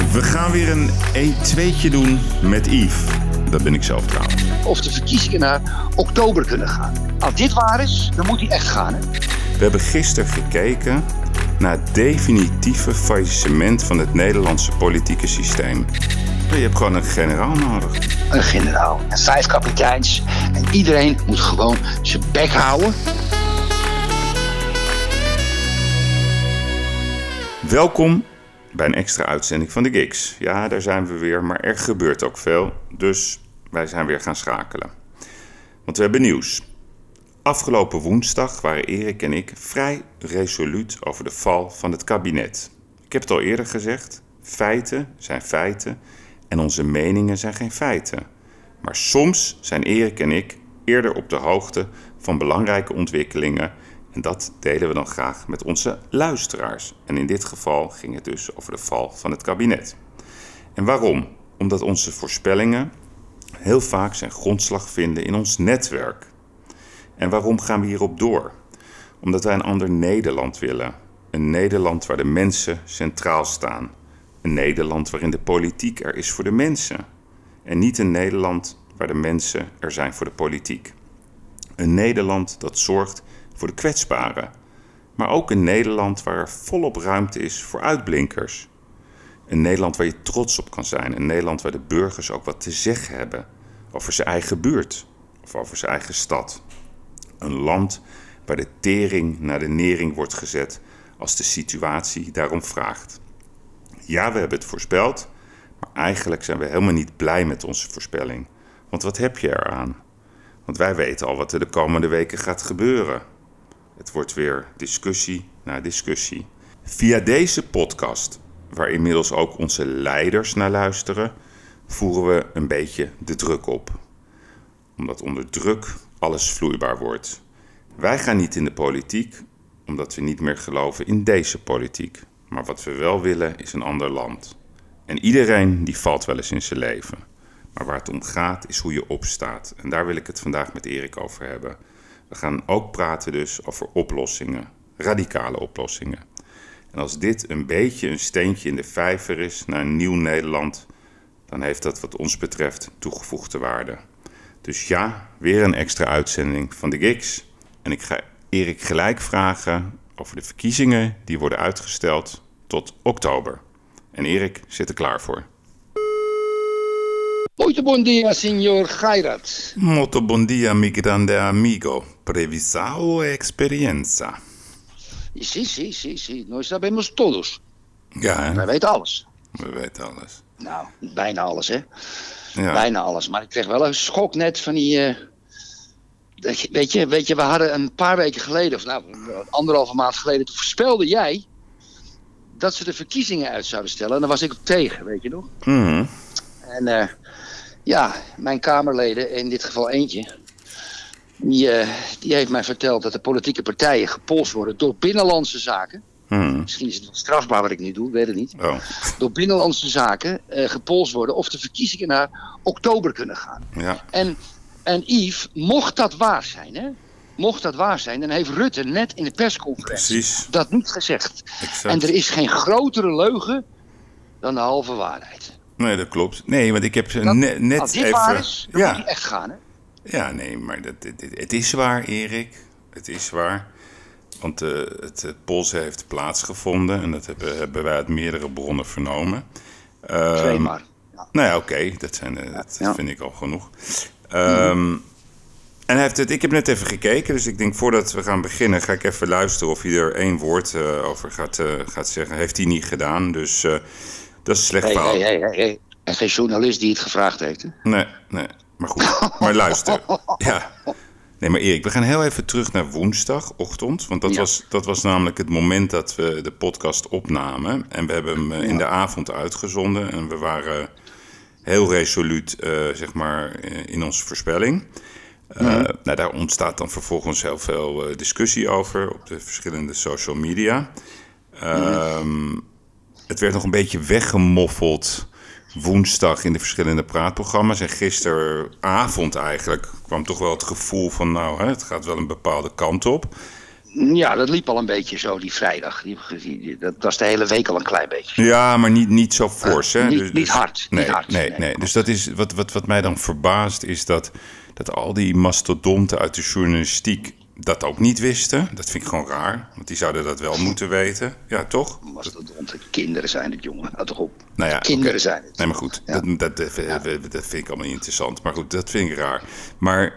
We gaan weer een 1-2'tje doen met Yves. Dat ben ik zelf trouwens. Of de verkiezingen naar oktober kunnen gaan. Als dit waar is, dan moet hij echt gaan. Hè? We hebben gisteren gekeken naar het definitieve faillissement van het Nederlandse politieke systeem. Je hebt gewoon een generaal nodig. Een generaal en 5 kapiteins. En iedereen moet gewoon zijn bek houden. Welkom bij een extra uitzending van de Gigs. Ja, daar zijn we weer, maar er gebeurt ook veel. Dus wij zijn weer gaan schakelen. Want we hebben nieuws. Afgelopen woensdag waren Erik en ik vrij resoluut over de val van het kabinet. Ik heb het al eerder gezegd. Feiten zijn feiten en onze meningen zijn geen feiten. Maar soms zijn Erik en ik eerder op de hoogte van belangrijke ontwikkelingen. En dat delen we dan graag met onze luisteraars. En in dit geval ging het dus over de val van het kabinet. En waarom? Omdat onze voorspellingen heel vaak zijn grondslag vinden in ons netwerk. En waarom gaan we hierop door? Omdat wij een ander Nederland willen. Een Nederland waar de mensen centraal staan. Een Nederland waarin de politiek er is voor de mensen. En niet een Nederland waar de mensen er zijn voor de politiek. Een Nederland dat zorgt voor de kwetsbaren. Maar ook een Nederland waar er volop ruimte is voor uitblinkers. Een Nederland waar je trots op kan zijn. Een Nederland waar de burgers ook wat te zeggen hebben. Over zijn eigen buurt. Of over zijn eigen stad. Een land waar de tering naar de nering wordt gezet als de situatie daarom vraagt. Ja, we hebben het voorspeld. Maar eigenlijk zijn we helemaal niet blij met onze voorspelling. Want wat heb je eraan? Want wij weten al wat er de komende weken gaat gebeuren. Het wordt weer discussie na discussie. Via deze podcast, waar inmiddels ook onze leiders naar luisteren, voeren we een beetje de druk op. Omdat onder druk alles vloeibaar wordt. Wij gaan niet in de politiek, omdat we niet meer geloven in deze politiek. Maar wat we wel willen is een ander land. En iedereen die valt wel eens in zijn leven. Maar waar het om gaat is hoe je opstaat. En daar wil ik het vandaag met Erik over hebben. We gaan ook praten dus over oplossingen. Radicale oplossingen. En als dit een beetje een steentje in de vijver is naar een nieuw Nederland, dan heeft dat wat ons betreft toegevoegde waarde. Dus ja, weer een extra uitzending van de Gigs. En ik ga Erik gelijk vragen over de verkiezingen die worden uitgesteld tot oktober. En Erik zit er klaar voor. Muito bom dia, signor Gairat. Molto bon dia, mi grande amigo. Previsão e experienza. Sí. Nós sabemos todos. Ja, hè? Wij weten alles. We weten alles. Nou, bijna alles, hè? Ja. Bijna alles. Maar ik kreeg wel een schok net van die... Weet je, we hadden een paar weken geleden, of anderhalve maand geleden, toen voorspelde jij dat ze de verkiezingen uit zouden stellen. En daar was ik ook tegen, weet je nog? Mm-hmm. En mijn Kamerleden, in dit geval eentje, die heeft mij verteld dat de politieke partijen gepolst worden door binnenlandse zaken. Mm. Misschien is het wel strafbaar wat ik nu doe, ik weet het niet. Oh. Door binnenlandse zaken gepolst worden of de verkiezingen naar oktober kunnen gaan. Ja. En Yves, mocht dat waar zijn, hè? Mocht dat waar zijn, dan heeft Rutte net in de persconferentie Precies. dat niet gezegd. Exact. En er is geen grotere leugen dan de halve waarheid. Nee, dat klopt. Nee, want ik heb net als dit even... waar is, dan moet hij echt gaan, hè? Ja, nee, maar het is waar, Erik. Het is waar. Want het polsen heeft plaatsgevonden. En dat hebben wij uit meerdere bronnen vernomen. 2 maar. Ja. Nou ja, oké. Dat vind ik al genoeg. En ik heb net even gekeken. Dus ik denk, voordat we gaan beginnen, ga ik even luisteren of hij er 1 woord over gaat zeggen. Heeft hij niet gedaan. Dus dat is een slecht verhaal. Hey. En geen journalist die het gevraagd heeft, hè? Nee. Maar goed, maar luister. Ja. Nee, maar Erik, we gaan heel even terug naar woensdagochtend. Want dat was namelijk het moment dat we de podcast opnamen. En we hebben hem in de avond uitgezonden. En we waren heel resoluut, in onze voorspelling. Daar ontstaat dan vervolgens heel veel discussie over op de verschillende social media. Het werd nog een beetje weggemoffeld woensdag in de verschillende praatprogramma's. En gisteravond eigenlijk kwam toch wel het gevoel van, het gaat wel een bepaalde kant op. Ja, dat liep al een beetje zo die vrijdag. Dat was de hele week al een klein beetje. Ja, maar niet zo fors. Hè? Niet hard. Nee. Dus dat is wat mij dan verbaast, is dat al die mastodonten uit de journalistiek dat ook niet wisten. Dat vind ik gewoon raar, want die zouden dat wel moeten weten. Ja, toch? Mastodonten, kinderen zijn het, jongen. Houd toch op. Nou ja, kinderen zijn het. Nee, maar goed, ja. dat vind ik allemaal niet interessant. Maar goed, dat vind ik raar. Maar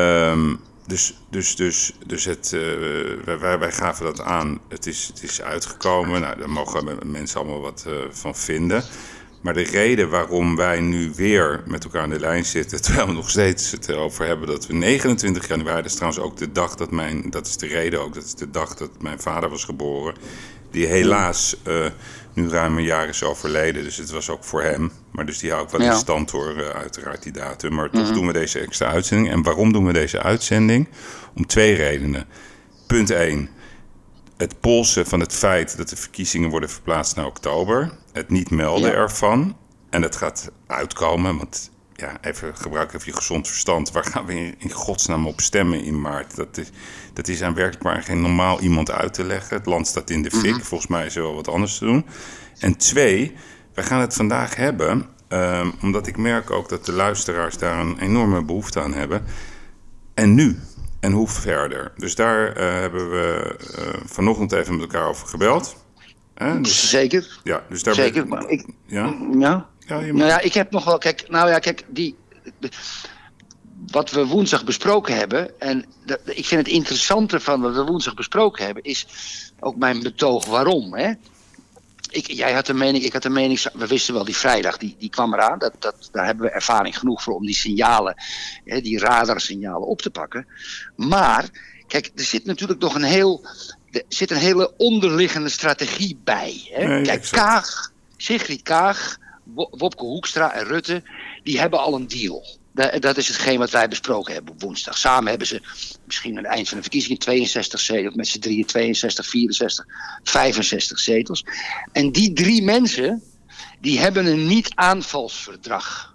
wij gaven dat aan. Het is uitgekomen. Nou, daar mogen mensen allemaal wat van vinden. Maar de reden waarom wij nu weer met elkaar aan de lijn zitten, terwijl we nog steeds het erover hebben dat we 29 januari, dat is trouwens ook de dag dat is de reden ook, dat is de dag dat mijn vader was geboren, die helaas nu ruim een jaar is overleden, dus het was ook voor hem. Maar dus die hou ik wel in stand hoor, uiteraard die datum. Maar toch doen we deze extra uitzending. En waarom doen we deze uitzending? Om 2 redenen. Punt 1. Het polsen van het feit dat de verkiezingen worden verplaatst naar oktober. Het niet melden ervan. En dat gaat uitkomen, want gebruik even je gezond verstand. Waar gaan we in godsnaam op stemmen in maart? Dat is aan werkelijk maar geen normaal iemand uit te leggen. Het land staat in de fik. Volgens mij is er wel wat anders te doen. En 2, wij gaan het vandaag hebben, omdat ik merk ook dat de luisteraars daar een enorme behoefte aan hebben. En nu? En hoe verder? Dus daar hebben we vanochtend even met elkaar over gebeld. Dus, zeker. Ja, dus daar zeker. Maar ik heb nog wel. Kijk, wat we woensdag besproken hebben. En ik vind het interessante van wat we woensdag besproken hebben, is ook mijn betoog waarom. Hè? Jij had een mening, ik had een mening. We wisten wel, die vrijdag, die kwam eraan. Daar hebben we ervaring genoeg voor om die signalen, die radarsignalen op te pakken. Maar, kijk, er zit natuurlijk nog een hele onderliggende strategie bij. Hè? Nee, kijk, Sigrid Kaag, Wopke Hoekstra en Rutte, die hebben al een deal. Dat is hetgeen wat wij besproken hebben op woensdag. Samen hebben ze misschien aan het eind van de verkiezingen 62 zetels. Met z'n drieën 62, 64, 65 zetels. En die 3 mensen, die hebben een niet-aanvalsverdrag.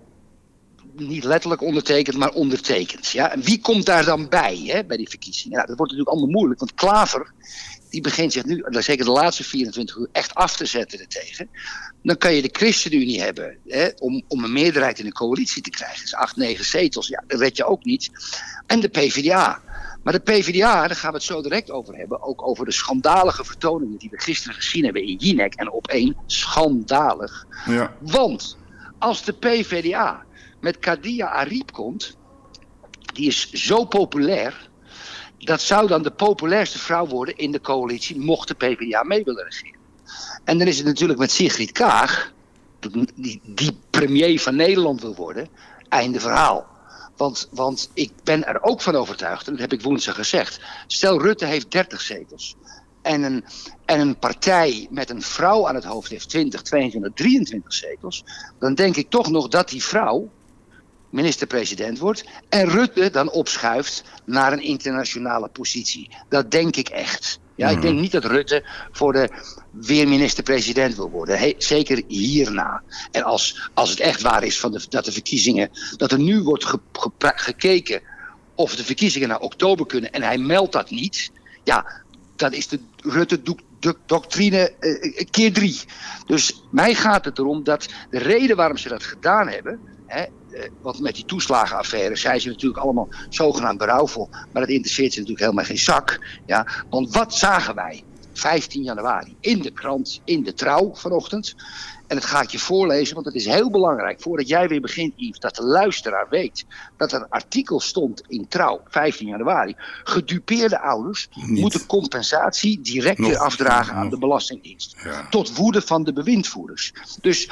Niet letterlijk ondertekend, maar ondertekend. Ja? En wie komt daar dan bij die verkiezingen? Nou, dat wordt natuurlijk allemaal moeilijk, want Klaver, die begint zich nu, zeker de laatste 24 uur, echt af te zetten ertegen. Dan kan je de ChristenUnie hebben om een meerderheid in de coalitie te krijgen. Dus 8, 9 zetels, dat red je ook niet. En de PvdA. Maar de PvdA, daar gaan we het zo direct over hebben, ook over de schandalige vertoningen die we gisteren gezien hebben in Jinek en Op1. Schandalig. Ja. Want als de PvdA met Kadija Ariep komt, die is zo populair, dat zou dan de populairste vrouw worden in de coalitie, mocht de PvdA mee willen regeren. En dan is het natuurlijk met Sigrid Kaag, die premier van Nederland wil worden, einde verhaal. Want ik ben er ook van overtuigd, en dat heb ik woensdag gezegd. Stel Rutte heeft 30 zetels. En een partij met een vrouw aan het hoofd heeft 20, 22, 23 zetels. Dan denk ik toch nog dat die vrouw minister-president wordt en Rutte dan opschuift naar een internationale positie. Dat denk ik echt. Ja, ik denk niet dat Rutte weer minister-president wil worden. Zeker hierna. En als het echt waar is dat de verkiezingen, dat er nu wordt gekeken of de verkiezingen naar oktober kunnen en hij meldt dat niet, dan is de Rutte-doctrine keer 3. Dus mij gaat het erom dat de reden waarom ze dat gedaan hebben, want met die toeslagenaffaire zijn ze natuurlijk allemaal zogenaamd berouwvol. Maar dat interesseert ze natuurlijk helemaal geen zak. Ja? Want wat zagen wij 15 januari in de krant, in de Trouw vanochtend? En dat ga ik je voorlezen, want het is heel belangrijk, voordat jij weer begint, Yves, dat de luisteraar weet dat er een artikel stond in Trouw, 15 januari. Gedupeerde ouders moeten compensatie direct weer afdragen aan de Belastingdienst. Ja. Tot woede van de bewindvoerders. Dus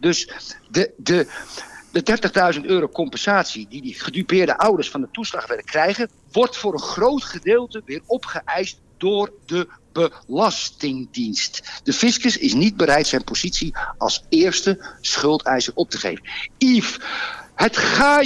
de 30.000 euro compensatie die gedupeerde ouders van de toeslagwerk krijgen, wordt voor een groot gedeelte weer opgeëist door de Belastingdienst. De fiscus is niet bereid zijn positie als eerste schuldeiser op te geven. Yves, het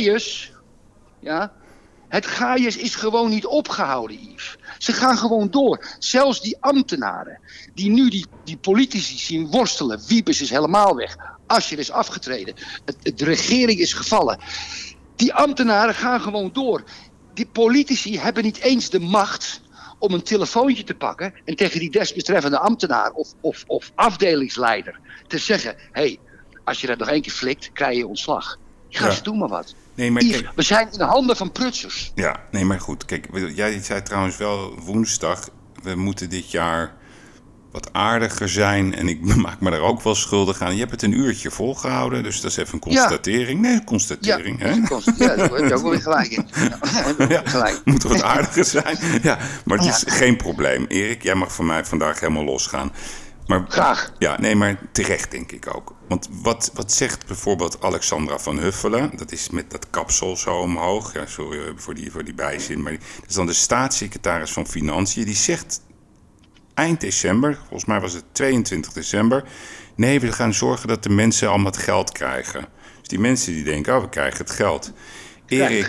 gaaiers is gewoon niet opgehouden, Yves. Ze gaan gewoon door. Zelfs die ambtenaren die nu die politici zien worstelen. Wiebes is helemaal weg. Asscher is afgetreden. De regering is gevallen. Die ambtenaren gaan gewoon door. Die politici hebben niet eens de macht om een telefoontje te pakken en tegen die desbetreffende ambtenaar of afdelingsleider te zeggen, hey, als je dat nog 1 keer flikt, krijg je ontslag. Gast, doe maar wat. Nee, maar kijk, we zijn in de handen van prutsers. Ja, nee, maar goed. Kijk, jij zei trouwens wel woensdag, we moeten dit jaar wat aardiger zijn. En ik maak me daar ook wel schuldig aan. Je hebt het een uurtje volgehouden, dus dat is even een constatering. Ja. Nee, een constatering. Ja, hè? Ja, daar heb je ook wel weer gelijk in. Ja, moeten wat aardiger zijn. Ja, maar het is geen probleem. Erik, jij mag van mij vandaag helemaal losgaan. Maar, graag. Ja, nee, maar terecht denk ik ook. Want wat zegt bijvoorbeeld Alexandra van Huffelen? Dat is met dat kapsel zo omhoog. Ja, sorry voor die bijzin. Maar dat is dan de staatssecretaris van Financiën. Die zegt eind december, volgens mij was het 22 december... nee, we gaan zorgen dat de mensen allemaal het geld krijgen. Dus die mensen die denken, we krijgen het geld. Erik,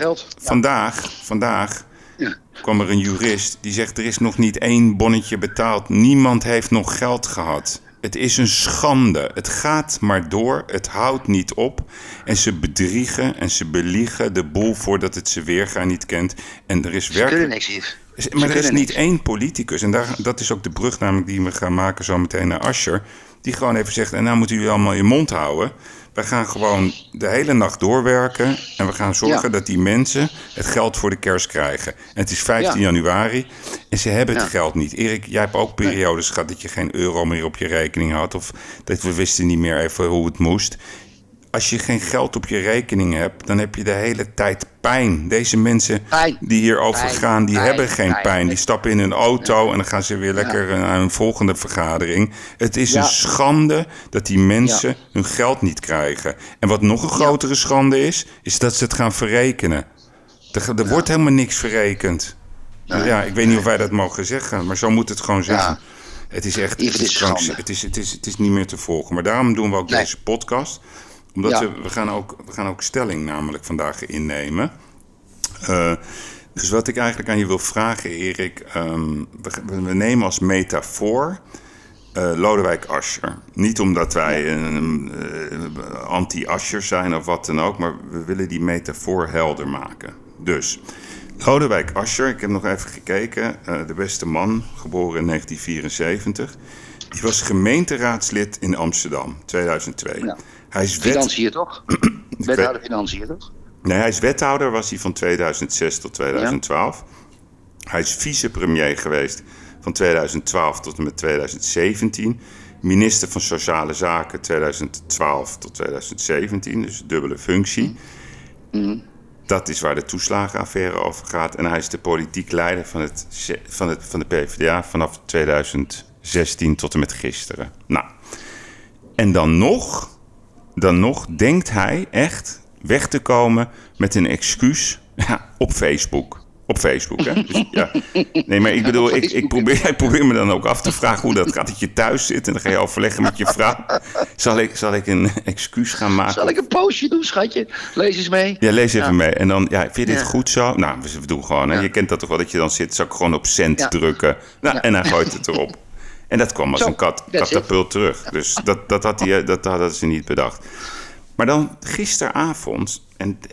vandaag kwam er een jurist die zegt, er is nog niet 1 bonnetje betaald. Niemand heeft nog geld gehad. Het is een schande. Het gaat maar door. Het houdt niet op. En ze bedriegen en ze beliegen de boel voordat het ze weerga niet kent. En er is werkelijk... niks hier. Maar er is niet 1 politicus. En dat is ook de brug namelijk die we gaan maken zo meteen naar Asscher. Die gewoon even zegt, en nou moeten jullie allemaal je mond houden. Wij gaan gewoon de hele nacht doorwerken. En we gaan zorgen dat die mensen het geld voor de kerst krijgen. En het is 15 januari. En ze hebben het geld niet. Erik, jij hebt ook periodes gehad dat je geen euro meer op je rekening had. Of dat we wisten niet meer even hoe het moest. Als je geen geld op je rekening hebt, dan heb je de hele tijd pijn. Deze mensen die hierover gaan, die hebben geen pijn. Die stappen in een auto en dan gaan ze weer lekker naar een volgende vergadering. Het is een schande dat die mensen hun geld niet krijgen. En wat nog een grotere schande is dat ze het gaan verrekenen. Er wordt helemaal niks verrekend. Nou ja, ik weet niet of wij dat mogen zeggen, maar zo moet het gewoon zeggen. Het is echt het is niet meer te volgen. Maar daarom doen we ook deze podcast. Omdat we gaan ook stelling namelijk vandaag innemen. Dus wat ik eigenlijk aan je wil vragen, Erik. We nemen als metafoor Lodewijk Asscher. Niet omdat wij anti-Asscher zijn of wat dan ook. Maar we willen die metafoor helder maken. Dus Lodewijk Asscher, ik heb nog even gekeken. De beste man, geboren in 1974. Die was gemeenteraadslid in Amsterdam, 2002. Ja. Hij is Financiën toch? Wethouder Financiën toch? Nee, hij is wethouder, was hij van 2006 tot 2012. Ja. Hij is vicepremier geweest van 2012 tot en met 2017. Minister van Sociale Zaken 2012 tot 2017, dus dubbele functie. Dat is waar de toeslagenaffaire over gaat. En hij is de politiek leider van de PvdA vanaf 2016 tot en met gisteren. Nou, en dan nog denkt hij echt weg te komen met een excuus op Facebook. Op Facebook, hè? Dus, ja. Nee, maar ik bedoel, ik probeer me dan ook af te vragen hoe dat gaat. Dat je thuis zit en dan ga je overleggen met je vrouw. Zal ik een excuus gaan maken? Zal ik een postje doen, schatje? Lees eens mee. Ja, lees even mee. En dan, vind je dit goed zo? Nou, we doen gewoon, hè? Je kent dat toch wel, dat je dan zit, zal ik gewoon op send drukken. Nou, en hij gooit het erop. En dat kwam als een katapult terug. Dus dat hadden ze niet bedacht. Maar dan gisteravond,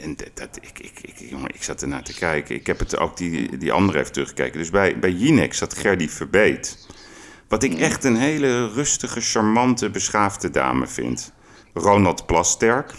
ik zat ernaar te kijken. Ik heb het ook die andere even teruggekeken. Dus bij Jinek zat Gerdy Verbeet. Wat ik echt een hele rustige, charmante, beschaafde dame vind. Ronald Plasterk.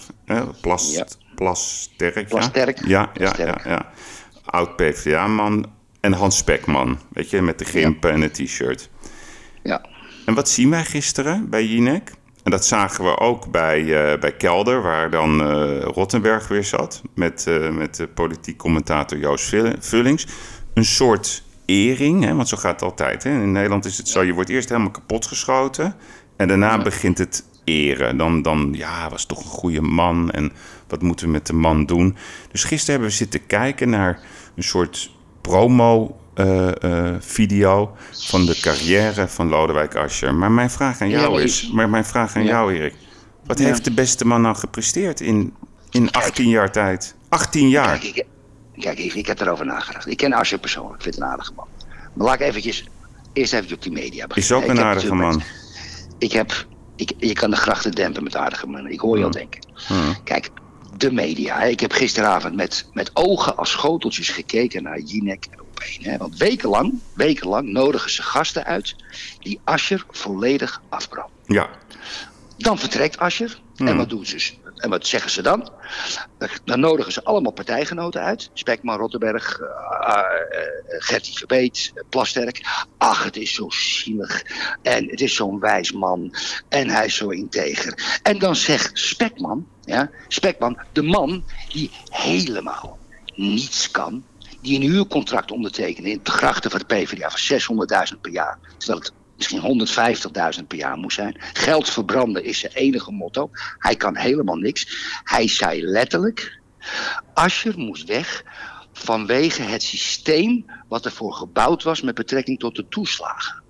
Plasterk. Ja. Oud PvdA-man. En Hans Spekman. Weet je, met de gimpen en het t-shirt. Ja. En wat zien wij gisteren bij Jinek? En dat zagen we ook bij Kelder, waar dan Rottenberg weer zat. Met de politiek commentator Joost Vullings. Een soort ering, hè, want zo gaat het altijd. Hè. In Nederland is het zo, je wordt eerst helemaal kapotgeschoten. En daarna begint het eren. Dan was toch een goede man. En wat moeten we met de man doen? Dus gisteren hebben we zitten kijken naar een soort promo video van de carrière van Lodewijk Asscher. Maar mijn vraag aan jou Erik. Wat heeft de beste man nou gepresteerd in 18 jaar tijd? 18 jaar. Kijk, ik heb erover nagedacht. Ik ken Asscher persoonlijk. Ik vind het een aardige man. Maar laat ik eerst even op die media beginnen. Is ook een aardige man. Je kan de grachten dempen met aardige mannen. Ik hoor je al denken. Kijk, de media. Ik heb gisteravond met ogen als schoteltjes gekeken naar Jinek en Opeen. Hè? Want wekenlang nodigen ze gasten uit die Asscher volledig afbranden. Ja. Dan vertrekt Asscher. En wat doen ze? En wat zeggen ze dan? Dan nodigen ze allemaal partijgenoten uit. Spekman, Rotterberg, Gertie Verbeet, Plasterk. Ach, het is zo zielig. En het is zo'n wijs man. En hij is zo integer. En dan zegt Spekman, de man die helemaal niets kan, die een huurcontract ondertekende in de grachten van de PvdA van 600.000 per jaar. Terwijl het misschien 150.000 per jaar moet zijn. Geld verbranden is zijn enige motto. Hij kan helemaal niks. Hij zei letterlijk, Asscher moest weg vanwege het systeem wat ervoor gebouwd was met betrekking tot de toeslagen.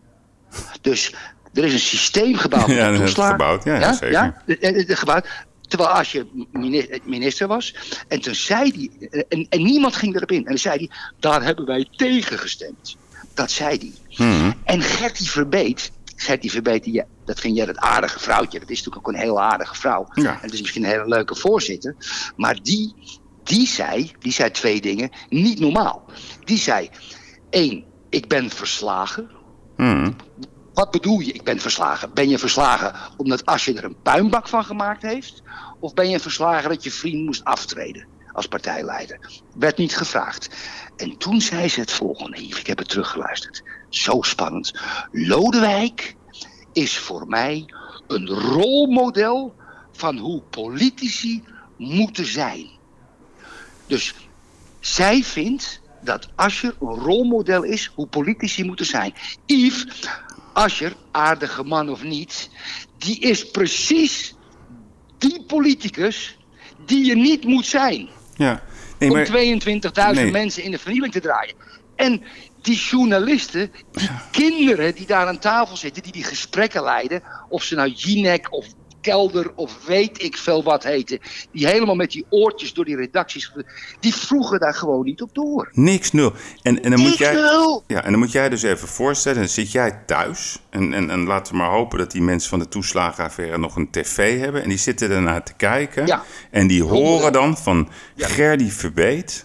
Dus er is een systeem gebouwd met de toeslagen. Gebouwd, ja, zeker. Gebouwd. Terwijl Asscher minister was. En toen zei hij, en niemand ging erop in. En dan zei hij, daar hebben wij tegen gestemd. Dat zei hij. En Gertie Verbeet, dat vind jij dat aardige vrouwtje. Dat is natuurlijk ook een heel aardige vrouw. Ja. En het is misschien een hele leuke voorzitter. Maar die zei 2 dingen niet normaal. Die zei, 1, ik ben verslagen. Wat bedoel je, ik ben verslagen? Ben je verslagen omdat Asscher er een puinbak van gemaakt heeft? Of ben je verslagen dat je vriend moest aftreden als partijleider? Werd niet gevraagd. En toen zei ze het volgende, Yves, ik heb het teruggeluisterd. Zo spannend. Lodewijk is voor mij een rolmodel van hoe politici moeten zijn. Dus zij vindt dat Asscher een rolmodel is hoe politici moeten zijn. Yves, Asscher, aardige man of niet, die is precies die politicus die je niet moet zijn. Ja. Nee, om 22.000 mensen in de vernieling te draaien. En die journalisten, die kinderen die daar aan tafel zitten, die gesprekken leiden, of ze nou Jinek of Kelder of weet ik veel wat heten, die helemaal met die oortjes door die redacties, die vroegen daar gewoon niet op door. Niks, nul. En dan moet jij dus even voorstellen, dan zit jij thuis en laten we maar hopen dat die mensen van de toeslagenaffaire nog een tv hebben en die zitten ernaar te kijken en die horen dan van Gertie Verbeet.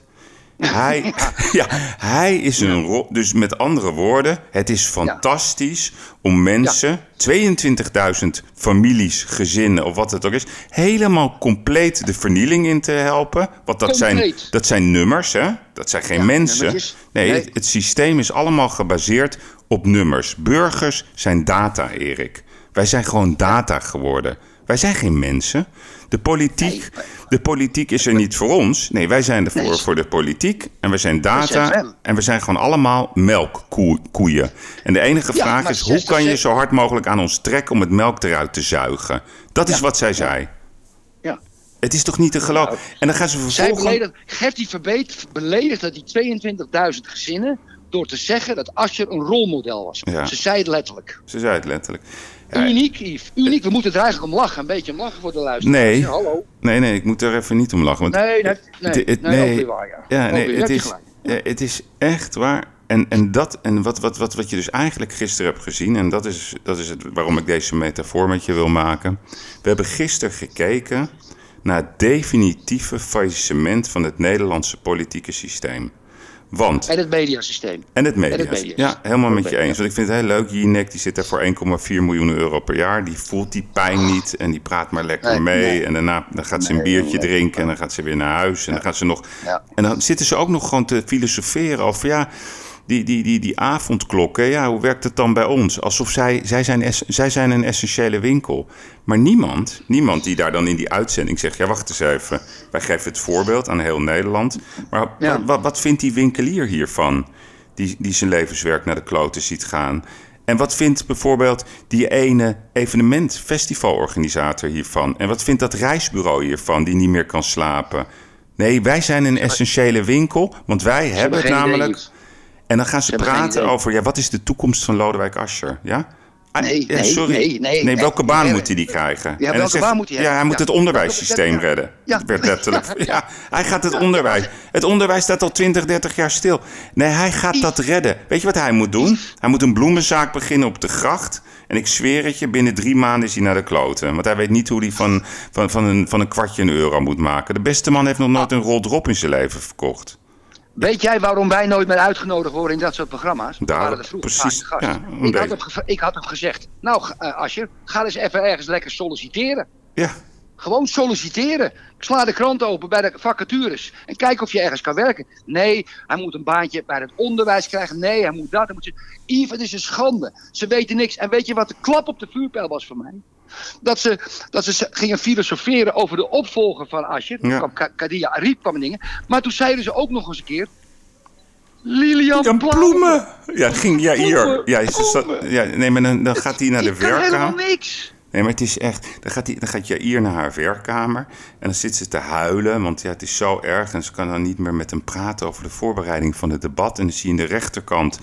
Hij is een rol. Dus met andere woorden, het is fantastisch om mensen, 22.000 families, gezinnen of wat het ook is, helemaal compleet de vernieling in te helpen. Want dat zijn nummers, hè? Dat zijn geen mensen. Nee, het systeem is allemaal gebaseerd op nummers. Burgers zijn data, Erik. Wij zijn gewoon data geworden. Wij zijn geen mensen. De politiek is er niet voor ons. Nee, wij zijn ervoor voor de politiek. En we zijn data. En we zijn gewoon allemaal melkkoeien. En de enige vraag is, hoe kan je zo hard mogelijk aan ons trekken om het melk eruit te zuigen? Dat is wat zij zei. Ja. Het is toch niet te geloven? En dan gaan ze vervolgens... Gertie Verbeet beledigde die 22.000 gezinnen door te zeggen dat Asscher een rolmodel was. Ja. Ze zei het letterlijk. Uniek, Yves. Uniek. We moeten er eigenlijk om lachen. Een beetje om lachen voor de luisteraars. Nee. Ja, hallo. Nee, ik moet er even niet om lachen. Want ook weer waar, het is echt waar. En wat je dus eigenlijk gisteren hebt gezien, en dat is het waarom ik deze metafoor met je wil maken. We hebben gisteren gekeken naar het definitieve faillissement van het Nederlandse politieke systeem. En het mediasysteem. Ja, helemaal met je eens. Want ik vind het heel leuk. Jinek die zit daar voor 1,4 miljoen euro per jaar. Die voelt die pijn niet en die praat maar lekker mee. En daarna dan gaat ze een biertje drinken en dan gaat ze weer naar huis. En dan gaat ze nog... En dan zitten ze ook nog gewoon te filosoferen over... Die avondklokken, hoe werkt het dan bij ons? Alsof zij zijn een essentiële winkel. Maar niemand die daar dan in die uitzending zegt... wacht eens even, wij geven het voorbeeld aan heel Nederland. Maar wat vindt die winkelier hiervan? Die zijn levenswerk naar de kloten ziet gaan. En wat vindt bijvoorbeeld die ene festivalorganisator hiervan? En wat vindt dat reisbureau hiervan die niet meer kan slapen? Nee, wij zijn een essentiële winkel, want wij hebben het namelijk... En dan gaan ze praten over, wat is de toekomst van Lodewijk Asscher? Ja? Nee, welke baan moet hij krijgen? Ja, welke baan moet hij hebben? Ja, hij moet het onderwijssysteem redden. Ja. Dat werd letterlijk. Hij gaat het onderwijs. Het onderwijs staat al 20, 30 jaar stil. Nee, hij gaat dat redden. Weet je wat hij moet doen? Hij moet een bloemenzaak beginnen op de gracht. En ik zweer het je, binnen 3 maanden is hij naar de kloten. Want hij weet niet hoe hij van een kwartje een euro moet maken. De beste man heeft nog nooit een rol drop in zijn leven verkocht. Weet jij waarom wij nooit meer uitgenodigd worden in dat soort programma's? Daar, waren er vroeger precies. vaak de gasten. Ik had hem gezegd, nou Asscher, ga eens even ergens lekker solliciteren. Ja. Gewoon solliciteren. Sla de krant open bij de vacatures. En kijk of je ergens kan werken. Nee, hij moet een baantje bij het onderwijs krijgen. Nee, hij moet dat. Yves, het is een schande. Ze weten niks. En weet je wat de klap op de vuurpijl was voor mij? Dat ze gingen filosoferen over de opvolger van Asscher. Toen kwam Kadia Ariep kwam dingen. Maar toen zeiden ze ook nog eens een keer... Lilian Ploemen. Ja, het ging Jair. Nee, maar dan gaat hij naar de werkkamer. Helemaal niks. Nee, maar het is echt... Dan gaat Jair naar haar werkkamer. En dan zit ze te huilen. Want het is zo erg. En ze kan dan niet meer met hem praten over de voorbereiding van het debat. En dan zie je in de rechterkant...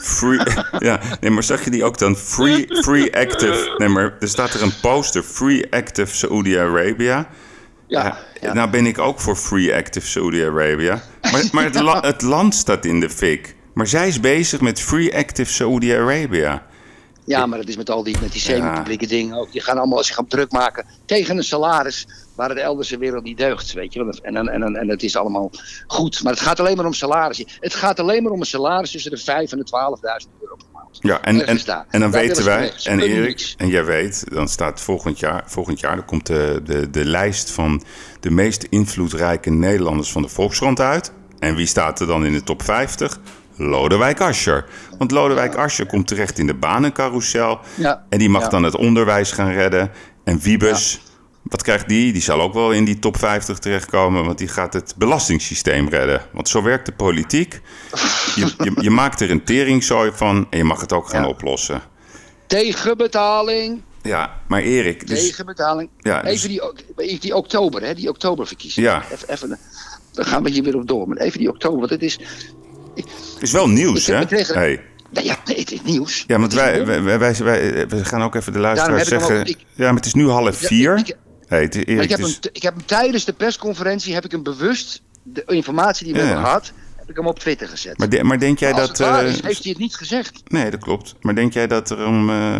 maar zag je die ook dan? Free Active... Nee, maar er staat er een poster. Free Active Saudi-Arabia. Ja. Nou ben ik ook voor Free Active Saudi-Arabia. Maar het land staat in de fik. Maar zij is bezig met Free Active Saudi-Arabia. Ja, maar dat is met die semi-publieke dingen ook. Die gaan allemaal zich op druk maken tegen een salaris waar de elders wereld niet deugt, weet je. En het is allemaal goed. Maar het gaat alleen maar om salaris. Het gaat alleen maar om een salaris tussen de 5.000 en de 12.000 euro per maand. Ja, en dan weten wij, en Erik, en jij weet, dan staat volgend jaar dan komt de lijst van de meest invloedrijke Nederlanders van de Volkskrant uit. En wie staat er dan in de top 50? Lodewijk Asscher. Want Lodewijk Asscher komt terecht in de banencarousel. Ja. En die mag dan het onderwijs gaan redden. En Wiebes, wat krijgt die? Die zal ook wel in die top 50 terechtkomen. Want die gaat het belastingssysteem redden. Want zo werkt de politiek. Je maakt er een teringzooi van. En je mag het ook gaan oplossen. Tegenbetaling. Ja, maar Erik... Tegenbetaling. Ja, even die oktober, hè? Die oktoberverkiezingen. Ja. Even, dan gaan we hier weer op door. Maar even die oktober, want het is... Het is wel nieuws, hè? Nee, het is nieuws. Ja, want wij gaan ook even de luisteraars zeggen... maar het is nu 3:30. Ik heb hem tijdens de persconferentie... heb ik hem bewust, de informatie die we hebben gehad... heb ik hem op Twitter gezet. Maar denk jij dat... heeft hij het niet gezegd. Nee, dat klopt. Maar denk jij dat er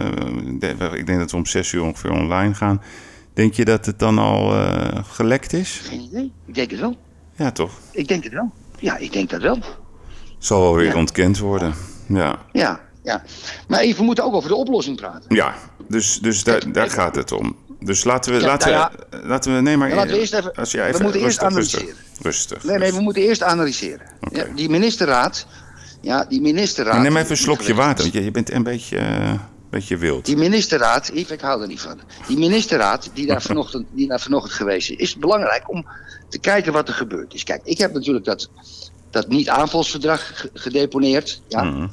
ik denk dat we om 6 uur ongeveer online gaan. Denk je dat het dan al gelekt is? Geen idee. Ik denk het wel. Ja, toch? Ik denk het wel. Ja, ik denk dat wel. Zal wel weer ontkend worden. Ja. Maar even, we moeten ook over de oplossing praten. Ja, dus daar gaat het om. Dus laten we nee, maar laten we eerst even, als jij even we moeten eerst analyseren. Rustig. Nee, we moeten eerst analyseren. Okay. Ja, die ministerraad. Neem even een slokje water, want je bent een beetje wild. Die ministerraad, Yves, ik hou er niet van. Die ministerraad die daar vanochtend geweest is belangrijk om te kijken wat er gebeurd is. Kijk, ik heb natuurlijk dat niet-aanvalsverdrag gedeponeerd. Ja, mm-hmm.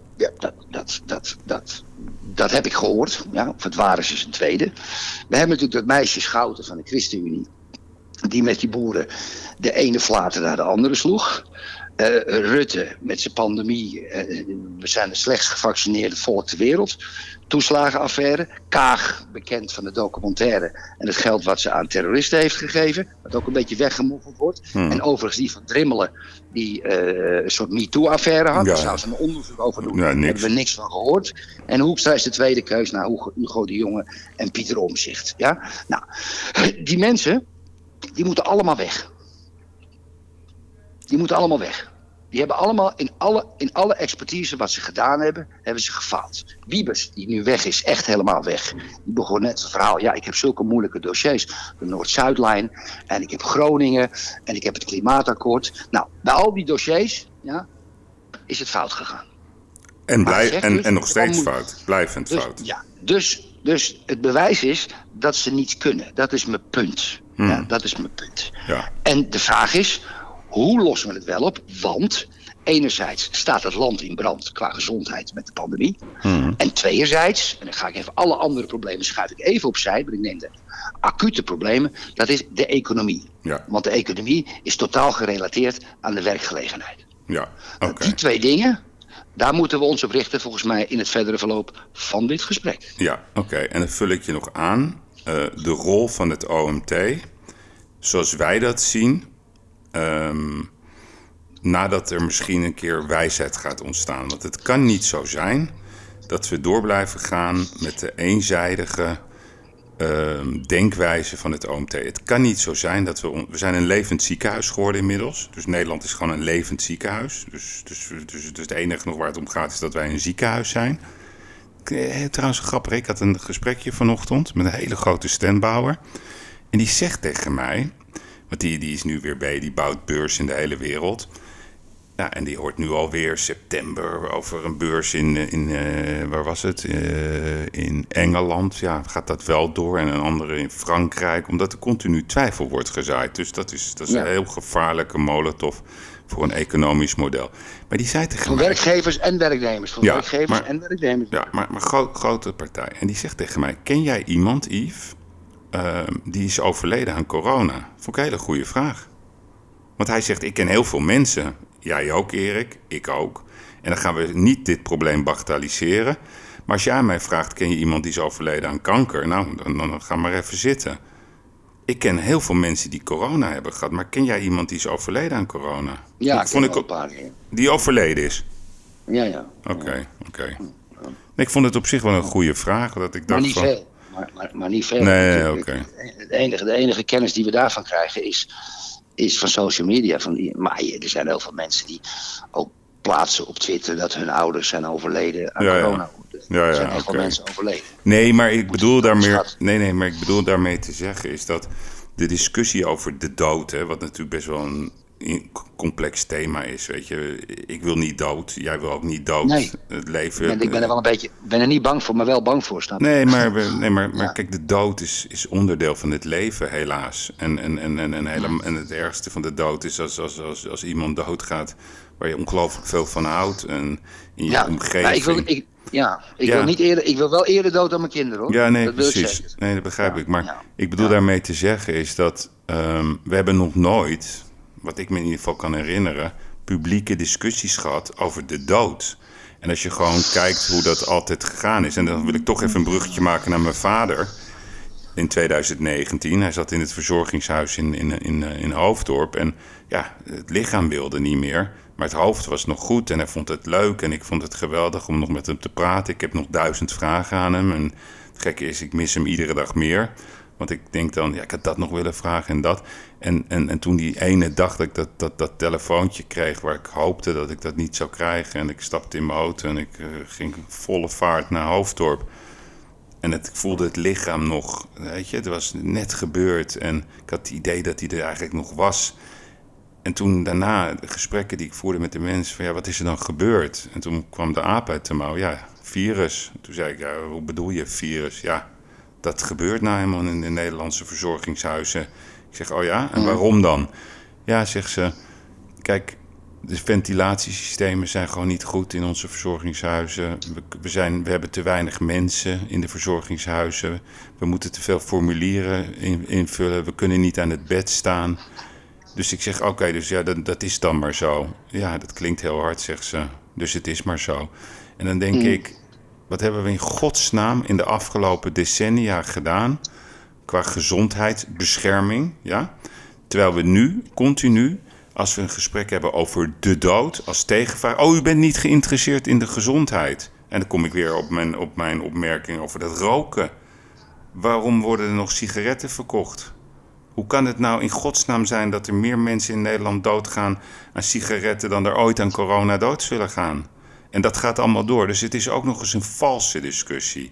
Dat heb ik gehoord. Ja, of het waar is een tweede. We hebben natuurlijk dat meisje Schouten van de ChristenUnie. Die met die boeren de ene flater naar de andere sloeg. Rutte met zijn pandemie. We zijn het slechtst gevaccineerde volk ter wereld. Toeslagenaffaire. Kaag, bekend van de documentaire. En het geld wat ze aan terroristen heeft gegeven. Wat ook een beetje weggemoffeld wordt. En overigens die van Drimmelen. Die een soort MeToo-affaire had. Daar zou ze een onderzoek over doen. Daar hebben we niks van gehoord. En Hoekstra is de tweede keus naar Hugo de Jonge en Pieter Omtzigt. Ja? Nou, die mensen, die moeten allemaal weg. Die moeten allemaal weg. Die hebben allemaal in alle expertise wat ze gedaan hebben, hebben ze gefaald. Wiebes, die nu weg is, echt helemaal weg. Die begon net het verhaal. Ja, ik heb zulke moeilijke dossiers. De Noord-Zuidlijn. En ik heb Groningen. En ik heb het Klimaatakkoord. Nou, bij al die dossiers is het fout gegaan. En nog steeds fout. Blijvend fout. Ja, dus het bewijs is dat ze niets kunnen. Dat is mijn punt. Ja, dat is mijn punt. Ja. En de vraag is, hoe lossen we het wel op? Want enerzijds staat het land in brand qua gezondheid met de pandemie. En tweerzijds, en dan ga ik even alle andere problemen schuif ik even opzij, maar ik neem de acute problemen, dat is de economie. Ja. Want de economie is totaal gerelateerd aan de werkgelegenheid. Ja, okay. Die twee dingen, daar moeten we ons op richten volgens mij in het verdere verloop van dit gesprek. Ja, oké. En dan vul ik je nog aan. De rol van het OMT, zoals wij dat zien, nadat er misschien een keer wijsheid gaat ontstaan. Want het kan niet zo zijn dat we door blijven gaan met de eenzijdige denkwijze van het OMT. Het kan niet zo zijn dat we zijn een levend ziekenhuis geworden inmiddels. Dus Nederland is gewoon een levend ziekenhuis. Dus het enige nog waar het om gaat is dat wij een ziekenhuis zijn. Trouwens grappig, ik had een gesprekje vanochtend met een hele grote standbouwer. En die zegt tegen mij, want die is nu weer bij, die bouwt beurs in de hele wereld. Ja, en die hoort nu alweer september over een beurs in waar was het? In Engeland. Ja, gaat dat wel door? En een andere in Frankrijk. Omdat er continu twijfel wordt gezaaid. Dus dat is een heel gevaarlijke molotov voor een economisch model. Maar die zei tegen voor mij... werkgevers en werknemers. Voor werkgevers en werknemers. Ja, maar grote partij. En die zegt tegen mij, ken jij iemand, Yves, die is overleden aan corona? Vond ik een hele goede vraag. Want hij zegt, ik ken heel veel mensen. Jij ook, Erik. Ik ook. En dan gaan we niet dit probleem bagatelliseren. Maar als jij aan mij vraagt, ken je iemand die is overleden aan kanker? Nou, dan ga maar even zitten. Ik ken heel veel mensen die corona hebben gehad. Maar ken jij iemand die is overleden aan corona? Ja, ik ken wel een paar. Ja. Die overleden is? Ja. Oké. Nee, ik vond het op zich wel een goede vraag. Dat ik dacht maar niet veel. Maar niet veel. Nee, oké. De enige kennis die we daarvan krijgen is van social media. Maar er zijn heel veel mensen die ook plaatsen op Twitter dat hun ouders zijn overleden aan corona. Er zijn echt wel mensen overleden. Nee, maar ik bedoel daarmee te zeggen is dat de discussie over de dood, hè, wat natuurlijk best wel een complex thema is, weet je. Ik wil niet dood, jij wil ook niet dood. Nee. Het leven. Ik ben er wel een beetje, ben er niet bang voor, maar wel bang voor, snap je? Maar kijk, de dood is onderdeel van het leven, helaas. En het ergste van de dood is als iemand doodgaat waar je ongelooflijk veel van houdt en in je omgeving. Ik wil wel eerder dood dan mijn kinderen, hoor. Ja, nee, dat precies. Nee, dat begrijp ik. Maar ik bedoel daarmee te zeggen is dat we hebben nog nooit, wat ik me in ieder geval kan herinneren, publieke discussies gehad over de dood. En als je gewoon kijkt hoe dat altijd gegaan is, en dan wil ik toch even een bruggetje maken naar mijn vader. In 2019, hij zat in het verzorgingshuis in Hoofddorp en ja, het lichaam wilde niet meer. Maar het hoofd was nog goed en hij vond het leuk en ik vond het geweldig om nog met hem te praten. Ik heb nog 1000 vragen aan hem en het gekke is, ik mis hem iedere dag meer. Want ik denk dan, ik had dat nog willen vragen en dat. En toen die ene dag dat ik dat telefoontje kreeg waar ik hoopte dat ik dat niet zou krijgen. En ik stapte in mijn auto en ik ging volle vaart naar Hoofddorp. En ik voelde het lichaam nog, weet je, het was net gebeurd. En ik had het idee dat hij er eigenlijk nog was. En toen daarna, de gesprekken die ik voerde met de mensen, van wat is er dan gebeurd? En toen kwam de aap uit de mouw, virus. Toen zei ik, hoe bedoel je virus? Ja, dat gebeurt nou helemaal in de Nederlandse verzorgingshuizen. Ik zeg, en waarom dan? Ja, zegt ze, kijk, de ventilatiesystemen zijn gewoon niet goed in onze verzorgingshuizen. We hebben te weinig mensen in de verzorgingshuizen. We moeten te veel formulieren invullen. We kunnen niet aan het bed staan. Dus ik zeg, oké, dus dat is dan maar zo. Ja, dat klinkt heel hard, zegt ze. Dus het is maar zo. En dan denk ik, wat hebben we in godsnaam in de afgelopen decennia gedaan qua gezondheidsbescherming, ja? Terwijl we nu continu, als we een gesprek hebben over de dood als tegenvraag, u bent niet geïnteresseerd in de gezondheid. En dan kom ik weer op mijn opmerking over dat roken. Waarom worden er nog sigaretten verkocht? Hoe kan het nou in godsnaam zijn dat er meer mensen in Nederland doodgaan aan sigaretten dan er ooit aan corona dood zullen gaan? En dat gaat allemaal door. Dus het is ook nog eens een valse discussie.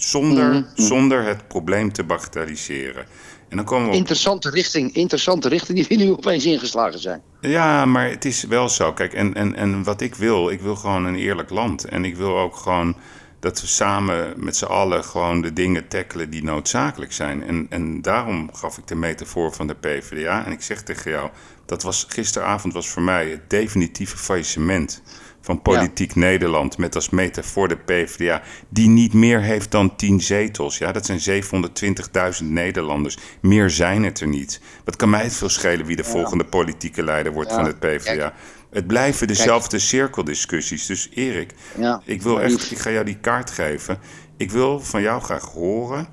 Zonder het probleem te bagatelliseren. En dan komen we interessante richting die we nu opeens ingeslagen zijn. Ja, maar het is wel zo. Kijk, en wat ik wil gewoon een eerlijk land. En ik wil ook gewoon dat we samen met z'n allen gewoon de dingen tackelen die noodzakelijk zijn. En daarom gaf ik de metafoor van de PvdA. En ik zeg tegen jou, gisteravond was voor mij het definitieve faillissement van Politiek Nederland, met als metafoor de PvdA, die niet meer heeft dan 10 zetels. Ja, dat zijn 720.000 Nederlanders. Meer zijn het er niet. Wat kan mij het veel schelen wie de volgende politieke leider wordt van het PvdA? Kijk, het blijven dezelfde cirkeldiscussies. Dus Erik, ik ga jou die kaart geven. Ik wil van jou graag horen,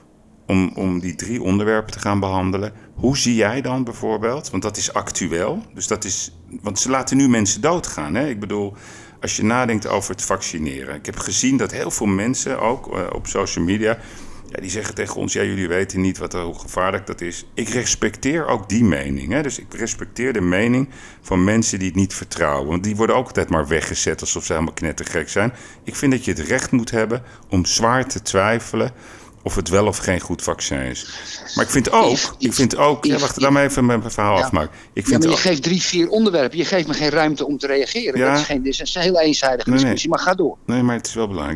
om die 3 onderwerpen te gaan behandelen. Hoe zie jij dan bijvoorbeeld, want dat is actueel, dus want ze laten nu mensen doodgaan. Hè? Ik bedoel, als je nadenkt over het vaccineren. Ik heb gezien dat heel veel mensen, ook op social media, die zeggen tegen ons, jullie weten niet hoe gevaarlijk dat is. Ik respecteer ook die mening. Hè? Dus ik respecteer de mening van mensen die het niet vertrouwen. Want die worden ook altijd maar weggezet alsof ze helemaal knettergek zijn. Ik vind dat je het recht moet hebben om zwaar te twijfelen of het wel of geen goed vaccin is. Maar ik vind ook... laat me even mijn verhaal afmaken. Je geeft 3-4 onderwerpen. Je geeft me geen ruimte om te reageren. Ja. Dat is een heel eenzijdige discussie, maar ga door. Nee, maar het is wel belangrijk.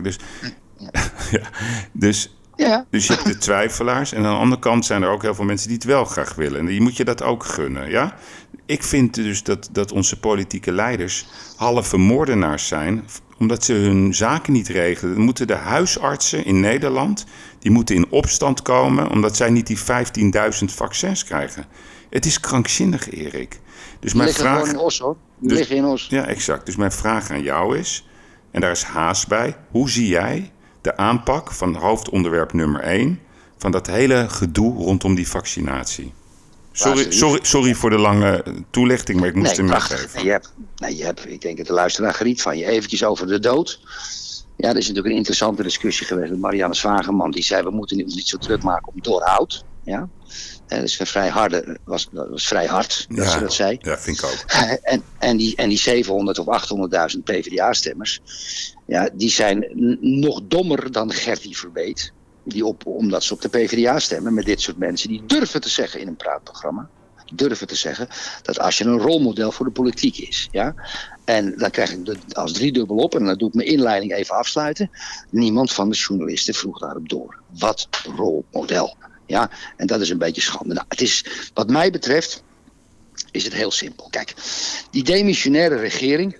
Dus je hebt de twijfelaars. En aan de andere kant zijn er ook heel veel mensen die het wel graag willen. En die moet je dat ook gunnen, ja? Ik vind dus dat onze politieke leiders halve moordenaars zijn, omdat ze hun zaken niet regelen. Dan moeten de huisartsen in Nederland, die moeten in opstand komen, omdat zij niet die 15.000 vaccins krijgen. Het is krankzinnig, Erik. Dus die liggen gewoon in Os, hoor. Die liggen in Os. Ja, exact. Dus mijn vraag aan jou is, en daar is haast bij, hoe zie jij de aanpak van hoofdonderwerp nummer 1 van dat hele gedoe rondom die vaccinatie? Sorry voor de lange toelichting, maar ik moest hem meegeven. Ik denk dat de luisteraar geniet van je. Eventjes over de dood. Ja, dat is natuurlijk een interessante discussie geweest met Marianne Zwageman. Die zei, we moeten ons niet zo druk maken om doorhoud. Ja. Dat is was vrij hard dat ze dat zei. Ja, vind ik ook. En die 700 of 800.000 PvdA-stemmers, die zijn nog dommer dan Gertie Verbeet. Omdat ze op de PvdA stemmen met dit soort mensen. Die durven te zeggen in een praatprogramma. Durven te zeggen dat als je een rolmodel voor de politiek is. Ja, en dan krijg ik als 3 op. En dan doe ik mijn inleiding even afsluiten. Niemand van de journalisten vroeg daarop door. Wat rolmodel. Ja, en dat is een beetje schande. Nou, wat mij betreft is het heel simpel. Kijk, die demissionaire regering,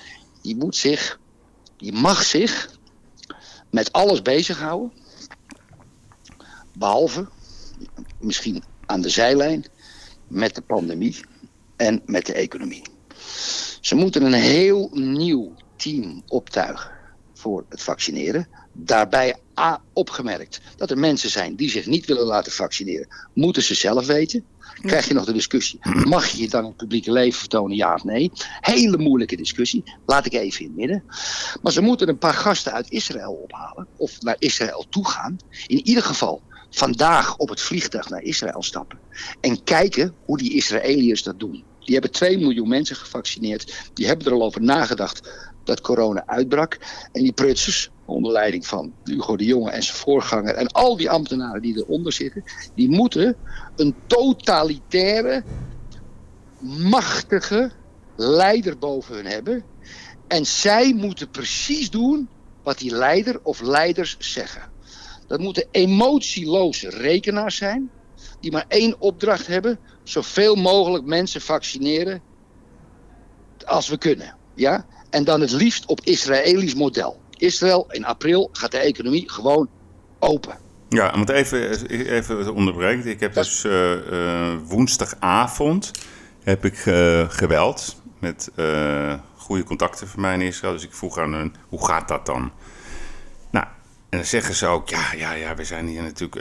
die mag zich met alles bezighouden. Behalve, misschien aan de zijlijn, met de pandemie en met de economie. Ze moeten een heel nieuw team optuigen voor het vaccineren. Daarbij opgemerkt dat er mensen zijn die zich niet willen laten vaccineren. Moeten ze zelf weten. Krijg je nog de discussie, mag je je dan in het publieke leven vertonen, ja of nee? Hele moeilijke discussie, laat ik even in het midden. Maar ze moeten een paar gasten uit Israël ophalen, of naar Israël toe gaan. In ieder geval vandaag op het vliegtuig naar Israël stappen. En kijken hoe die Israëliërs dat doen. Die hebben 2 miljoen mensen gevaccineerd. Die hebben er al over nagedacht dat corona uitbrak. En die prutsers, onder leiding van Hugo de Jonge en zijn voorganger en al die ambtenaren die eronder zitten, die moeten een totalitaire, machtige leider boven hun hebben. En zij moeten precies doen wat die leider of leiders zeggen. Dat moeten emotieloze rekenaars zijn, die maar 1 opdracht hebben: zoveel mogelijk mensen vaccineren als we kunnen. Ja? En dan het liefst op Israëlisch model. Israël, in april gaat de economie gewoon open. Ja, want even onderbreken. Ik heb dus woensdagavond heb ik gebeld met goede contacten van mij in Israël. Dus ik vroeg aan hun, hoe gaat dat dan? Nou, en dan zeggen ze ook, ja, we zijn hier natuurlijk...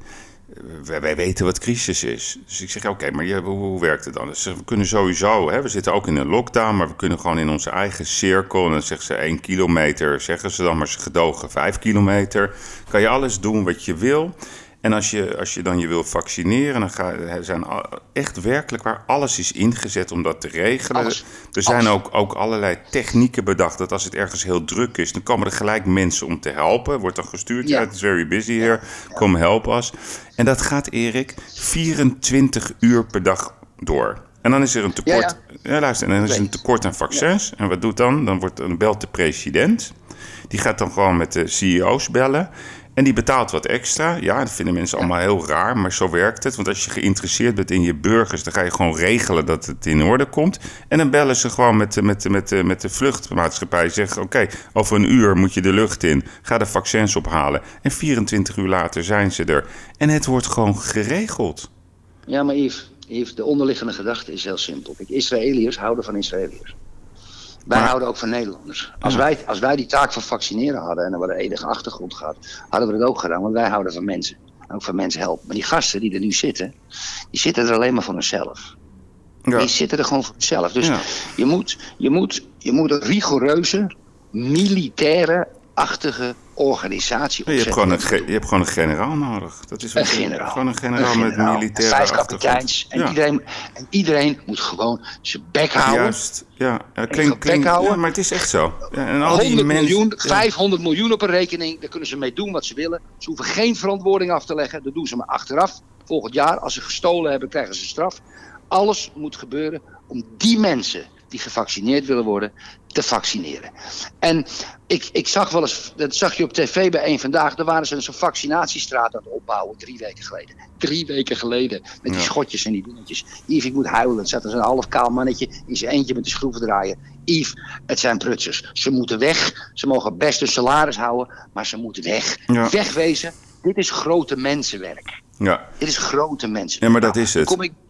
wij weten wat crisis is. Dus ik zeg, oké, maar hoe werkt het dan? Dus we kunnen sowieso, we zitten ook in een lockdown, maar we kunnen gewoon in onze eigen cirkel, en dan zeggen ze 1 kilometer, zeggen ze dan, maar ze gedogen 5 kilometer. Kan je alles doen wat je wil. En als je dan je wil vaccineren, dan zijn echt werkelijk waar alles is ingezet om dat te regelen. Er zijn ook allerlei technieken bedacht dat als het ergens heel druk is, dan komen er gelijk mensen om te helpen. Wordt dan gestuurd, het is very busy here, kom help us. En dat gaat, Erik, 24 uur per dag door. En dan is er een tekort. Ja, luister, en dan is er een tekort aan vaccins. Ja. En wat doet dan? Dan belt de president. Die gaat dan gewoon met de CEO's bellen. En die betaalt wat extra. Ja, dat vinden mensen allemaal heel raar, maar zo werkt het. Want als je geïnteresseerd bent in je burgers, dan ga je gewoon regelen dat het in orde komt. En dan bellen ze gewoon met de vluchtmaatschappij. Zeggen, oké, over een uur moet je de lucht in. Ga de vaccins ophalen. En 24 uur later zijn ze er. En het wordt gewoon geregeld. Ja, maar Yves, de onderliggende gedachte is heel simpel. Kijk, Israëliërs houden van Israëliërs. Wij houden ook van Nederlanders. Als wij die taak van vaccineren hadden en er een enige achtergrond gehad, hadden we dat ook gedaan, want wij houden van mensen. Ook van mensen helpen. Maar die gasten die er nu zitten, die zitten er alleen maar voor hunzelf. Ja. Die zitten er gewoon voor zichzelf. Dus je moet een rigoureuze, militaire-achtige organisatie opzetten. Je hebt gewoon een generaal nodig. Dat is een generaal. Gewoon een generaal met militaire 5 kapiteins. En iedereen moet gewoon zijn bek houden. Juist, ja. Klinkt, ja, maar het is echt zo. Ja, en al 100 miljoen, 500 miljoen op een rekening. Daar kunnen ze mee doen wat ze willen. Ze hoeven geen verantwoording af te leggen. Dat doen ze maar achteraf. Volgend jaar, als ze gestolen hebben, krijgen ze straf. Alles moet gebeuren om die mensen die gevaccineerd willen worden, te vaccineren. En ik zag wel eens, dat zag je op tv bij Eén Vandaag, daar waren ze zo'n vaccinatiestraat aan het opbouwen 3 weken geleden. 3 weken geleden, met die schotjes en die dingetjes. Yves, ik moet huilen. Er zat er zo'n half kaal mannetje in zijn eentje met de schroeven draaien. Yves, het zijn prutsers. Ze moeten weg. Ze mogen best hun salaris houden, maar ze moeten weg. Ja. Wegwezen. Dit is grote mensenwerk. Ja. Dit is grote mensenwerk. Ja, maar dat is het.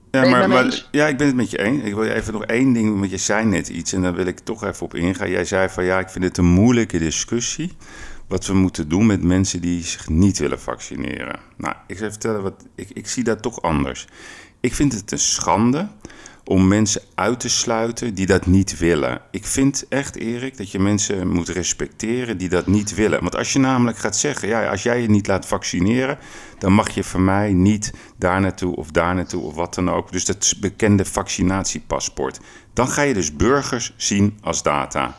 Ik ben het met je eens. Ik wil je even nog één ding, want je zei net iets en daar wil ik toch even op ingaan. Jij zei van ik vind het een moeilijke discussie wat we moeten doen met mensen die zich niet willen vaccineren. Nou, ik zal vertellen ik zie dat toch anders. Ik vind het een schande om mensen uit te sluiten die dat niet willen. Ik vind echt, Erik, dat je mensen moet respecteren die dat niet willen. Want als je namelijk gaat zeggen, als jij je niet laat vaccineren, dan mag je van mij niet daar naartoe of wat dan ook. Dus dat bekende vaccinatiepaspoort. Dan ga je dus burgers zien als data.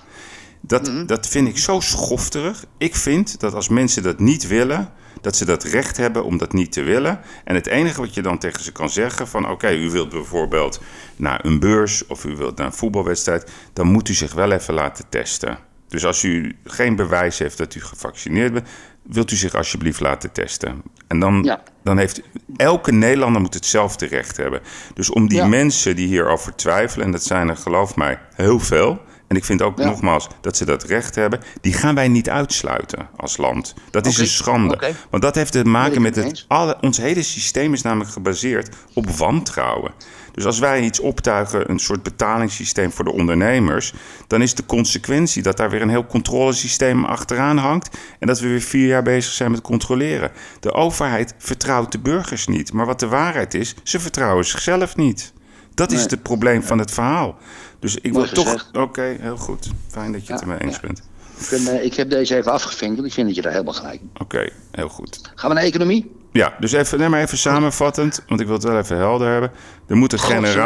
Dat vind ik zo schofterig. Ik vind dat als mensen dat niet willen, dat ze dat recht hebben om dat niet te willen. En het enige wat je dan tegen ze kan zeggen van oké, u wilt bijvoorbeeld naar een beurs of u wilt naar een voetbalwedstrijd, dan moet u zich wel even laten testen. Dus als u geen bewijs heeft dat u gevaccineerd bent, wilt u zich alsjeblieft laten testen. En dan heeft elke Nederlander moet hetzelfde recht hebben. Dus om die mensen die hierover twijfelen, en dat zijn er geloof mij heel veel, en ik vind ook nogmaals dat ze dat recht hebben, die gaan wij niet uitsluiten als land. Dat is een schande. Want dat heeft te maken met ons hele systeem is namelijk gebaseerd op wantrouwen. Dus als wij iets optuigen, een soort betalingssysteem voor de ondernemers, dan is de consequentie dat daar weer een heel controlesysteem achteraan hangt en dat we weer 4 jaar bezig zijn met controleren. De overheid vertrouwt de burgers niet. Maar wat de waarheid is, ze vertrouwen zichzelf niet. Dat is het probleem van het verhaal. Dus ik wil toch... Oké, heel goed. Fijn dat je het ermee eens bent. Ik heb deze even afgevinkt, want ik vind dat je daar helemaal gelijk hebt. Oké, heel goed. Gaan we naar economie? Ja, dus even samenvattend, want ik wil het wel even helder hebben. Er moet een generaal...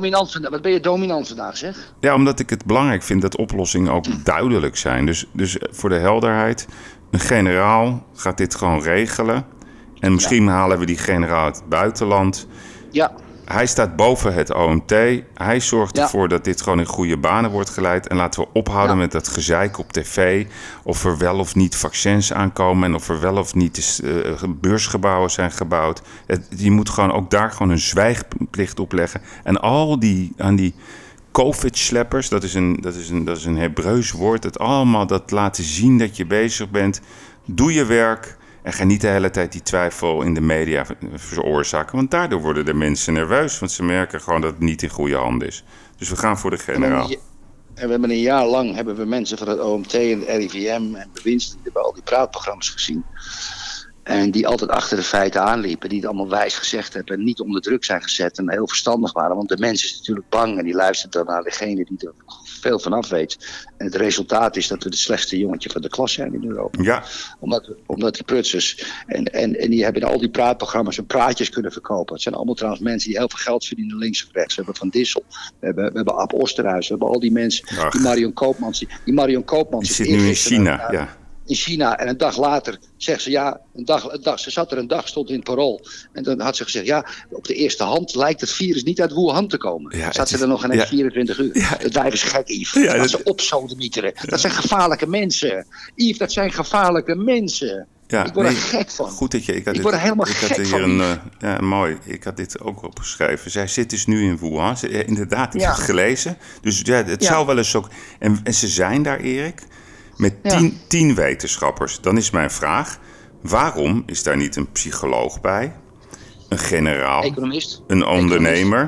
Wat ben je dominant vandaag, zeg? Ja, omdat ik het belangrijk vind dat oplossingen ook duidelijk zijn. Dus voor de helderheid, een generaal gaat dit gewoon regelen. En misschien halen we die generaal uit het buitenland. Ja. Hij staat boven het OMT. Hij zorgt ervoor dat dit gewoon in goede banen wordt geleid. En laten we ophouden met dat gezeik op tv. Of er wel of niet vaccins aankomen. En of er wel of niet beursgebouwen zijn gebouwd. Je moet gewoon ook daar gewoon een zwijgplicht op leggen. En aan die COVID-sleppers, dat is een Hebreeuws woord. Dat laten zien dat je bezig bent. Doe je werk. En ga niet de hele tijd die twijfel in de media veroorzaken. Want daardoor worden de mensen nerveus. Want ze merken gewoon dat het niet in goede handen is. Dus we gaan voor de generaal. En we hebben een jaar lang mensen van het OMT en het RIVM en bewindslieden bij al die praatprogramma's gezien. En die altijd achter de feiten aanliepen. Die het allemaal wijs gezegd hebben. En niet onder druk zijn gezet. En heel verstandig waren. Want de mensen zijn natuurlijk bang. En die luistert dan naar degene die er veel van af weet. En het resultaat is dat we het slechtste jongetje van de klas zijn in Europa. Ja. Omdat die prutsers. En die hebben in al die praatprogramma's hun praatjes kunnen verkopen. Het zijn allemaal trouwens mensen die heel veel geld verdienen links of rechts. We hebben Van Dissel. We hebben Ab Osterhuis. We hebben al die mensen. Die Marion Koopmans. Die zit nu in China. In China. En een dag later zegt ze ze zat er een dag, stond in het Parool. En dan had ze gezegd, op de eerste hand lijkt het virus niet uit Wuhan te komen. Zat ze er nog in 24 uur. Ja. Het wijf is gek, Yves. Dat ze opsodemieteren. Dat zijn gevaarlijke mensen. Yves, dat zijn gevaarlijke mensen. Ja, ik word er gek van. Goed dat je... Ik word er helemaal gek van. Mooi. Ik had dit ook opgeschreven. Zij zit dus nu in Wuhan. Inderdaad, ik heb het gelezen. Dus het zou wel eens ook... En ze zijn daar, Erik... Met 10 wetenschappers. Dan is mijn vraag, waarom is daar niet een psycholoog bij? Een generaal? Economist? Een ondernemer?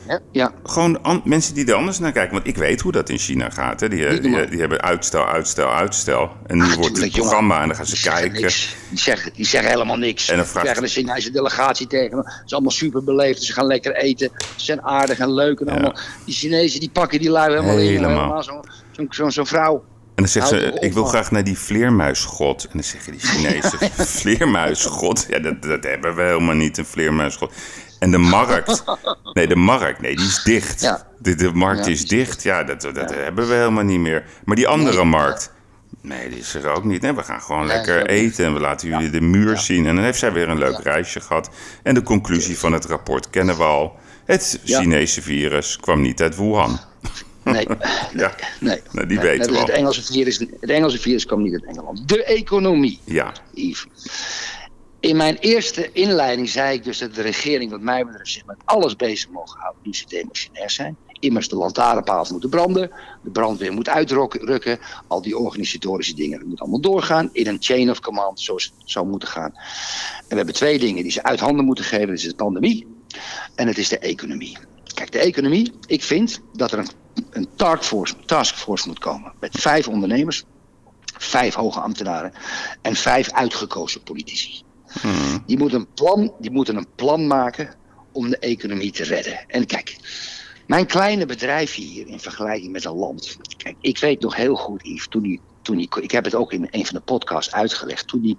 Ja. Gewoon mensen die er anders naar kijken. Want ik weet hoe dat in China gaat. Hè. Die hebben uitstel. En nu wordt het programma en dan gaan ze kijken. Die zeggen helemaal niks. En dan krijgen een Chinese delegatie tegen me. Het is allemaal super beleefd. Ze gaan lekker eten. Ze zijn aardig en leuk. En allemaal. Die Chinezen die pakken die lui helemaal in. Helemaal zo'n vrouw. En dan zegt ze, ik wil graag naar die vleermuisgod. En dan zeggen die Chinezen, vleermuisgod? Ja, dat hebben we helemaal niet, een vleermuisgod. En de markt, die is dicht. Ja. De markt is dicht, dat hebben we helemaal niet meer. Maar die andere markt, nee, die is er ook niet. Nee, we gaan gewoon lekker eten en we laten jullie de muur zien. En dan heeft zij weer een leuk reisje gehad. En de conclusie van het rapport kennen we al. Het Chinese virus kwam niet uit Wuhan. Nee. Die weten we al. Het Engelse virus kwam niet uit Engeland. De economie, Yves. In mijn eerste inleiding zei ik dus dat de regering wat mij betreft zich met alles bezig mogen houden nu ze demissionair zijn. Immers de lantaarnpaal moet branden, de brandweer moet uitrukken, al die organisatorische dingen, dat moet allemaal doorgaan in een chain of command zoals het zou moeten gaan. En we hebben 2 dingen die ze uit handen moeten geven, dat is de pandemie en het is de economie. Kijk, de economie, ik vind dat er een taskforce moet komen met 5 ondernemers, 5 hoge ambtenaren en 5 uitgekozen politici. Die moeten een plan maken om de economie te redden. En kijk, mijn kleine bedrijf hier in vergelijking met een land. Kijk, ik weet nog heel goed, Yves, ik heb het ook in een van de podcasts uitgelegd. Toen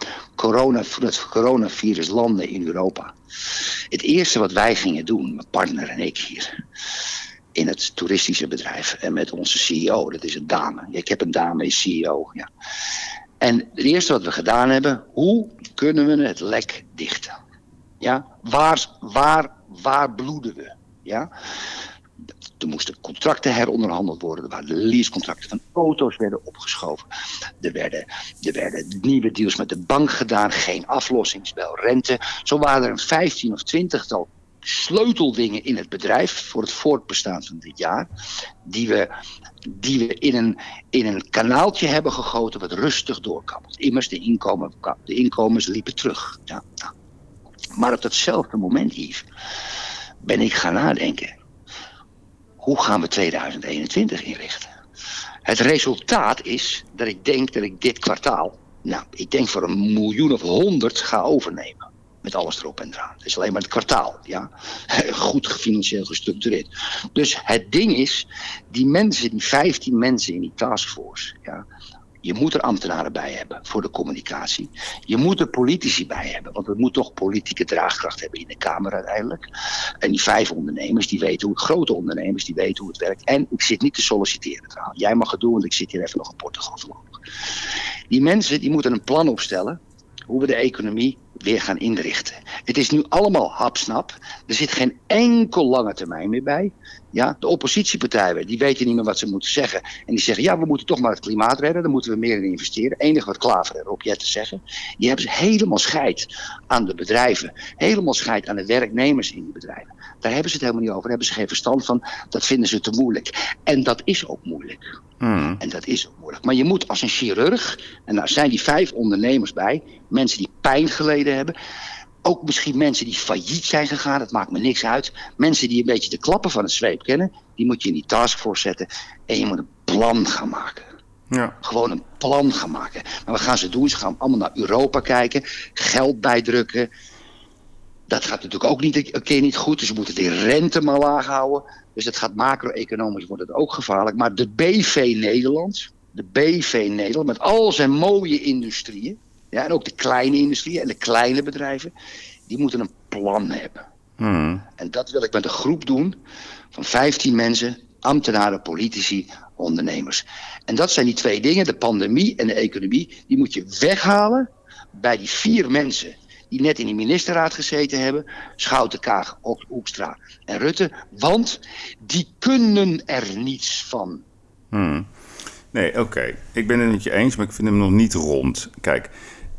het coronavirus landde in Europa. Het eerste wat wij gingen doen, mijn partner en ik hier, in het toeristische bedrijf en met onze CEO, dat is een dame. Ik heb een dame, is CEO, ja. En het eerste wat we gedaan hebben, hoe kunnen we het lek dichten? Ja? Waar bloeden we? Ja? Er moesten contracten heronderhandeld worden. Er waren de leasecontracten van auto's werden opgeschoven. Er werden nieuwe deals met de bank gedaan. Geen aflossingsspel, rente. Zo waren er een 15 of 20-tal sleuteldingen in het bedrijf voor het voortbestaan van dit jaar. Die we in een kanaaltje hebben gegoten wat rustig doorkabbelt. Immers, de inkomens liepen terug. Ja. Maar op datzelfde moment, Yves, ben ik gaan nadenken. Hoe gaan we 2021 inrichten? Het resultaat is dat ik denk dat ik dit kwartaal, ik denk voor 1 miljoen of 100 ga overnemen. Met alles erop en eraan. Het is alleen maar het kwartaal. Ja? Goed financieel gestructureerd. Dus het ding is, die 15 mensen in die taskforce. Ja, je moet er ambtenaren bij hebben voor de communicatie. Je moet er politici bij hebben. Want we moeten toch politieke draagkracht hebben in de Kamer uiteindelijk. En die 5 ondernemers, die weten grote ondernemers, die weten hoe het werkt. En ik zit niet te solliciteren trouwens. Jij mag het doen, want ik zit hier even nog in Portugal voorlopig. Die mensen, die moeten een plan opstellen hoe we de economie weer gaan inrichten. Het is nu allemaal hapsnap. Er zit geen enkel lange termijn meer bij. Ja, de oppositiepartijen die weten niet meer wat ze moeten zeggen. En die zeggen, we moeten toch maar het klimaat redden. Daar moeten we meer in investeren. Het enige wat Klaver en Rob Jetten zeggen. Die hebben ze helemaal scheid aan de bedrijven. Helemaal scheid aan de werknemers in die bedrijven. Daar hebben ze het helemaal niet over. Daar hebben ze geen verstand van. Dat vinden ze te moeilijk. En dat is ook moeilijk. En dat is ook moeilijk. Maar je moet als een chirurg, en daar zijn die 5 ondernemers bij, mensen die pijn geleden hebben, ook misschien mensen die failliet zijn gegaan, dat maakt me niks uit. Mensen die een beetje de klappen van het zweep kennen, die moet je in die taskforce zetten en je moet een plan gaan maken. Ja. Gewoon een plan gaan maken. Maar wat gaan ze doen? Ze gaan allemaal naar Europa kijken, geld bijdrukken. Dat gaat natuurlijk ook een keer niet goed. Dus we moeten die rente maar laag houden. Dus het gaat macro-economisch wordt het ook gevaarlijk. Maar de BV Nederland met al zijn mooie industrieën. Ja, en ook de kleine industrieën en de kleine bedrijven. Die moeten een plan hebben. En dat wil ik met een groep doen van 15 mensen. Ambtenaren, politici, ondernemers. En dat zijn die 2 dingen. De pandemie en de economie. Die moet je weghalen bij die 4 mensen die net in die ministerraad gezeten hebben. Schouten, Kaag, Hoekstra en Rutte. Want die kunnen er niets van. Nee, oké. Ik ben het met je eens, maar ik vind hem nog niet rond. Kijk,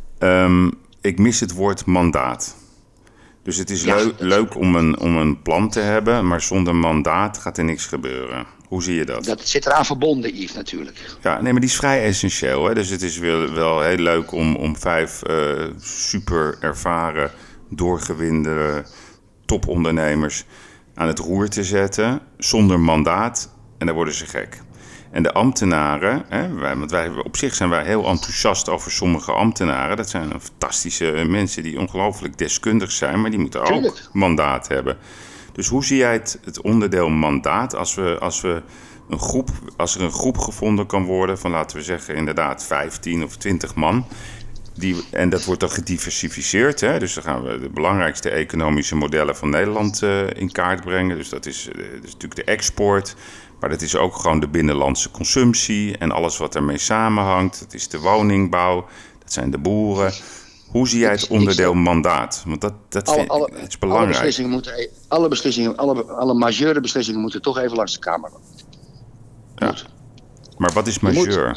ik mis het woord mandaat. Dus het is leuk om een plan te hebben, maar zonder mandaat gaat er niks gebeuren. Hoe zie je dat? Dat zit eraan verbonden, Yves, natuurlijk. Ja, nee, maar die is vrij essentieel. Hè? Dus het is wel heel leuk om 5 super ervaren, doorgewinde topondernemers aan het roer te zetten zonder mandaat en dan worden ze gek. En de ambtenaren, want op zich zijn wij heel enthousiast over sommige ambtenaren. Dat zijn fantastische mensen die ongelooflijk deskundig zijn, maar die moeten ook mandaat hebben. Dus hoe zie jij het onderdeel mandaat als er een groep gevonden kan worden van, laten we zeggen, inderdaad 15 of 20 man. En dat wordt dan gediversificeerd. Dus dan gaan we de belangrijkste economische modellen van Nederland in kaart brengen. Dus dat is natuurlijk de export. Maar dat is ook gewoon de binnenlandse consumptie en alles wat ermee samenhangt. Dat is de woningbouw, dat zijn de boeren. Hoe zie jij het onderdeel mandaat? Want dat is belangrijk. Alle majeure beslissingen moeten toch even langs de Kamer. Ja. Maar wat is majeur?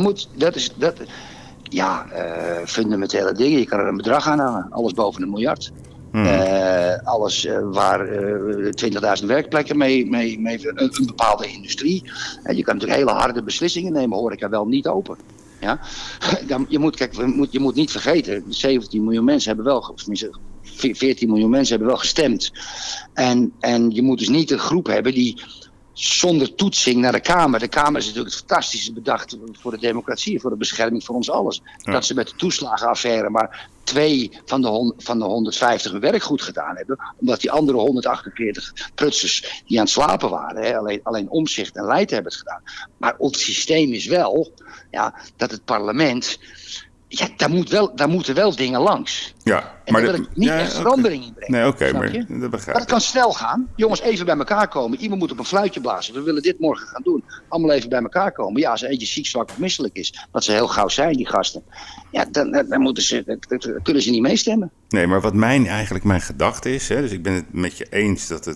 Fundamentele dingen. Je kan er een bedrag aan hangen. Alles boven $1 miljard. Alles waar 20.000 werkplekken mee een bepaalde industrie. Je kan natuurlijk hele harde beslissingen nemen. Horeca wel niet open. Ja? Je moet niet vergeten, 17 miljoen mensen hebben wel, of 14 miljoen mensen hebben wel gestemd. En je moet dus niet een groep hebben die zonder toetsing naar de Kamer. De Kamer is natuurlijk het fantastische bedacht voor de democratie, voor de bescherming van ons alles. Ja. Dat ze met de toeslagenaffaire maar 2 van de 150 hun werk goed gedaan hebben. Omdat die andere 148 prutsers die aan het slapen waren, alleen Omtzigt en Leijten hebben het gedaan. Maar het systeem is wel dat het parlement... Ja, daar moeten wel dingen langs. Ja, en daar wil ik niet echt verandering in brengen. Nee, oké, maar dat begrijp ik. Maar het kan snel gaan. Jongens, even bij elkaar komen. Iemand moet op een fluitje blazen. We willen dit morgen gaan doen. Allemaal even bij elkaar komen. Ja, als er eentje ziek, zwak of misselijk is. Wat ze heel gauw zijn, die gasten. Ja, dan kunnen ze niet meestemmen. Nee, maar wat mijn gedachte is... dus ik ben het met je eens dat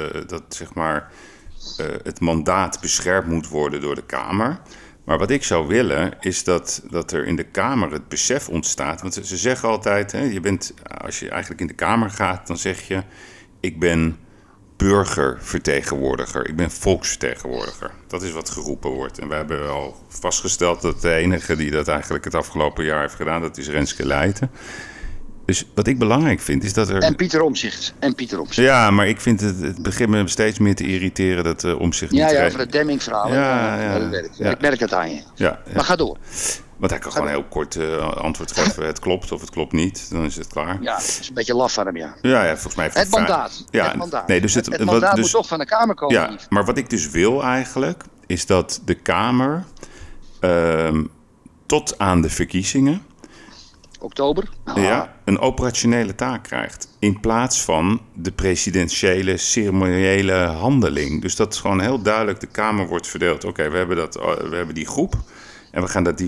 het mandaat beschermd moet worden door de Kamer... Maar wat ik zou willen, is dat er in de Kamer het besef ontstaat. Want ze zeggen altijd, als je eigenlijk in de Kamer gaat, dan zeg je... ik ben burgervertegenwoordiger, ik ben volksvertegenwoordiger. Dat is wat geroepen wordt. En we hebben al vastgesteld dat de enige die dat eigenlijk het afgelopen jaar heeft gedaan... dat is Renske Leijten. Dus wat ik belangrijk vind is dat er... En Pieter Omtzigt. Ja, maar ik vind het begint me steeds meer te irriteren dat Omtzigt niet... Ja, voor het Demming-verhaal. Ja. Ik merk het aan je. Ja. Maar ga door. Want hij kan gewoon heel kort antwoord geven. Het klopt of het klopt niet. Dan is het klaar. Ja, het is een beetje laf van hem, ja. Ja, volgens mij... Het mandaat. Ja, het mandaat. Nee, dus het mandaat moet toch van de Kamer komen. Ja, maar wat ik dus wil eigenlijk... is dat de Kamer tot aan de verkiezingen... oktober. Een operationele taak krijgt. In plaats van de presidentiële ceremoniële handeling. Dus dat gewoon heel duidelijk de Kamer wordt verdeeld. Oké, we hebben die groep. En we gaan dat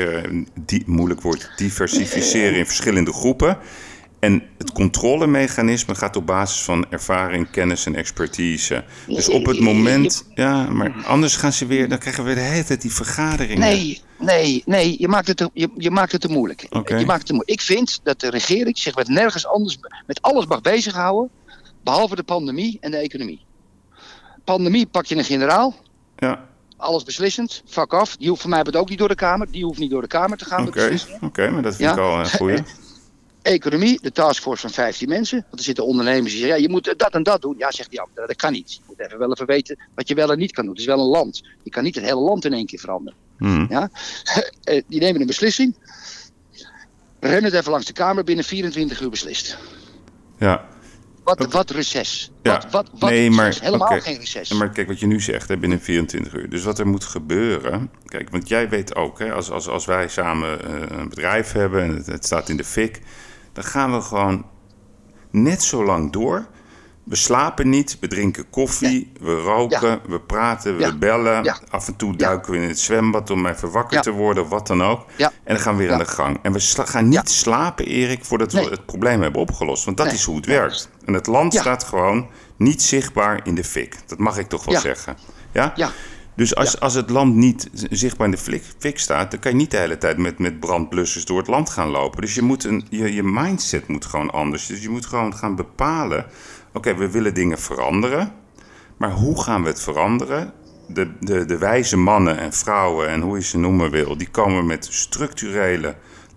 diversificeren in verschillende groepen. En het controlemechanisme gaat op basis van ervaring, kennis en expertise. Dus op het moment... Ja, maar anders dan krijgen we de hele tijd die vergaderingen. Nee, je maakt het te moeilijk. Okay. Ik vind dat de regering zich met alles mag bezighouden, behalve de pandemie en de economie. Pandemie pak je een generaal. Ja. Alles beslissend, fuck af. Die hoeft voor mij ook niet door de Kamer. Die hoeft niet door de Kamer te gaan. Oké, maar dat vind ik al een goeie. Economie, de taskforce van 15 mensen. Want er zitten ondernemers die zeggen, je moet dat en dat doen. Ja, zegt die ambtenaar, dat kan niet. Je moet wel even weten wat je wel en niet kan doen. Het is wel een land. Je kan niet het hele land in één keer veranderen. Ja? Die nemen een beslissing. Rennen het even langs de Kamer, binnen 24 uur beslist. Ja. Wat reces? Ja. Wat nee, maar helemaal geen reces. Maar kijk wat je nu zegt, binnen 24 uur. Dus wat er moet gebeuren... Kijk, want jij weet ook, als wij samen een bedrijf hebben... en het staat in de fik... dan gaan we gewoon net zo lang door. We slapen niet, we drinken koffie, we roken, we praten, we bellen. Ja. Af en toe duiken we in het zwembad om even wakker te worden... of wat dan ook. Ja. En dan gaan we weer aan de gang. En we gaan niet slapen, Erik, voordat we het probleem hebben opgelost. Want dat is hoe het werkt. En het land staat gewoon niet zichtbaar in de fik. Dat mag ik toch wel zeggen. Ja? Ja. Dus als het land niet zichtbaar in de fik staat... dan kan je niet de hele tijd met brandblussers door het land gaan lopen. Dus je mindset moet gewoon anders. Dus je moet gewoon gaan bepalen... Oké, we willen dingen veranderen. Maar hoe gaan we het veranderen? De wijze mannen en vrouwen en hoe je ze noemen wil... die komen met structurele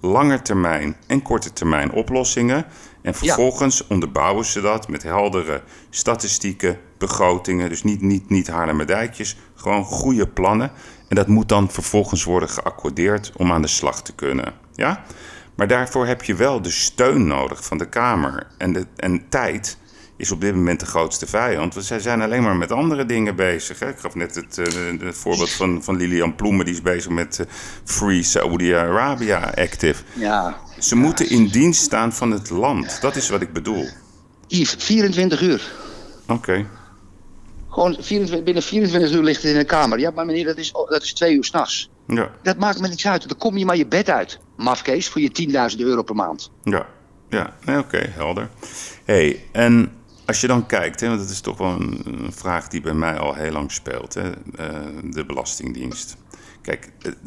langetermijn en korte termijn oplossingen. En vervolgens onderbouwen ze dat met heldere statistieken, begrotingen. Dus niet Haarlemmerdijkjes, gewoon goede plannen. En dat moet dan vervolgens worden geaccordeerd om aan de slag te kunnen. Ja? Maar daarvoor heb je wel de steun nodig van de Kamer. En tijd is op dit moment de grootste vijand. Want zij zijn alleen maar met andere dingen bezig. Hè? Ik gaf net het voorbeeld van Lilian Ploemen. Die is bezig met Free Saudi Arabia Active. Ja. Ze moeten in dienst staan van het land. Dat is wat ik bedoel. Yves, 24 uur. Oké. Gewoon binnen 24 uur ligt het in de Kamer. Ja, maar meneer, dat is 2 uur 's nachts. Ja. Dat maakt me niks uit. Dan kom je maar je bed uit. Mafkees, voor je 10.000 euro per maand. Ja. Nee, oké, helder. Hey, en als je dan kijkt, hè, want dat is toch wel een vraag die bij mij al heel lang speelt, hè, de Belastingdienst. Kijk,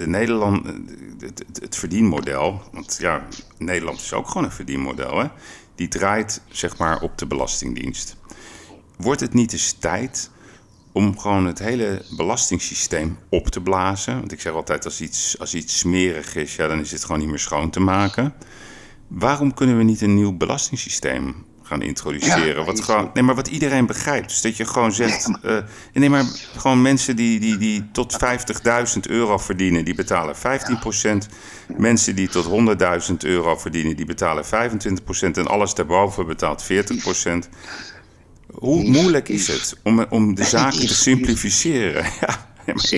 het verdienmodel, want ja, Nederland is ook gewoon een verdienmodel, hè, die draait zeg maar op de Belastingdienst. Wordt het niet eens tijd om gewoon het hele belastingssysteem op te blazen? Want ik zeg altijd, als iets smerig is, ja, dan is het gewoon niet meer schoon te maken. Waarom kunnen we niet een nieuw belastingssysteem gaan introduceren? Wat iedereen begrijpt. Dus dat je gewoon zegt, maar gewoon mensen die tot 50.000 euro verdienen, die betalen 15%. Mensen die tot 100.000 euro verdienen, die betalen 25%. En alles daarboven betaalt 40%. Hoe moeilijk is het om de zaken te simplificeren? Ja.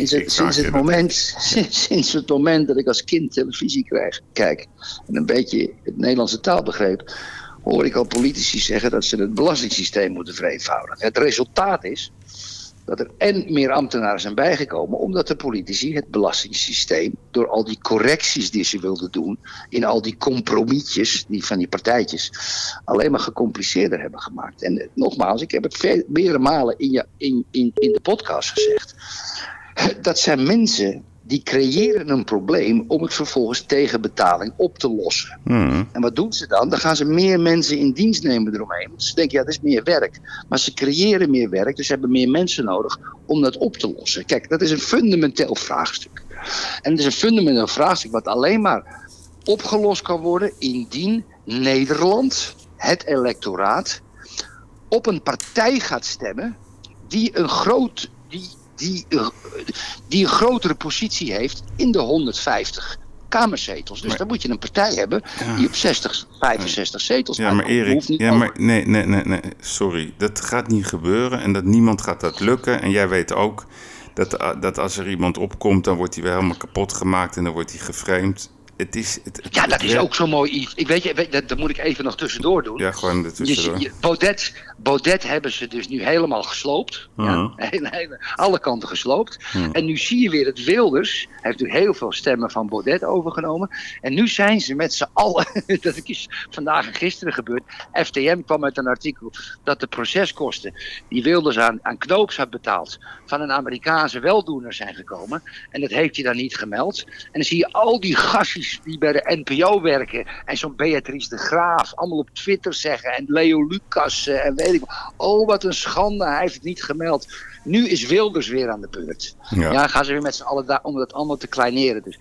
Sinds het moment dat ik als kind televisie kijk en een beetje het Nederlandse taalbegreep, hoor ik al politici zeggen dat ze het belastingssysteem moeten vereenvoudigen. Het resultaat is dat er meer ambtenaren zijn bijgekomen, omdat de politici het belastingssysteem, door al die correcties die ze wilden doen, in al die compromietjes van die partijtjes, alleen maar gecompliceerder hebben gemaakt. En nogmaals, ik heb het meerdere malen in de podcast gezegd. Dat zijn mensen die creëren een probleem om het vervolgens tegen betaling op te lossen. Mm. En wat doen ze dan? Dan gaan ze meer mensen in dienst nemen eromheen. Want ze denken, ja, dat is meer werk. Maar ze creëren meer werk, dus ze hebben meer mensen nodig om dat op te lossen. Kijk, dat is een fundamenteel vraagstuk. En het is een fundamenteel vraagstuk wat alleen maar opgelost kan worden indien Nederland, het electoraat, op een partij gaat stemmen die een grotere positie heeft in de 150 kamerzetels. Dus dan moet je een partij hebben die op 65 zetels. Ja, maar Erik, nee, sorry. Dat gaat niet gebeuren en niemand gaat dat lukken. En jij weet ook dat als er iemand opkomt, dan wordt hij weer helemaal kapot gemaakt en dan wordt hij geframed. Dat is ook zo mooi, Yves. Dat moet ik even nog tussendoor doen. Ja, gewoon tussendoor. Baudet hebben ze dus nu helemaal gesloopt. Uh-huh. Ja, alle kanten gesloopt. Uh-huh. En nu zie je weer dat Wilders heeft nu heel veel stemmen van Baudet overgenomen. En nu zijn ze met z'n allen, dat is vandaag en gisteren gebeurd. FTM kwam met een artikel dat de proceskosten die Wilders aan Knoops had betaald van een Amerikaanse weldoener zijn gekomen. En dat heeft hij dan niet gemeld. En dan zie je al die gastjes die bij de NPO werken en zo'n Beatrice de Graaf allemaal op Twitter zeggen en Leo Lucas en weet ik wat. Oh, wat een schande, hij heeft het niet gemeld. Nu is Wilders weer aan de beurt. Ja, gaan ze weer met z'n allen daar om dat allemaal te kleineren. Dus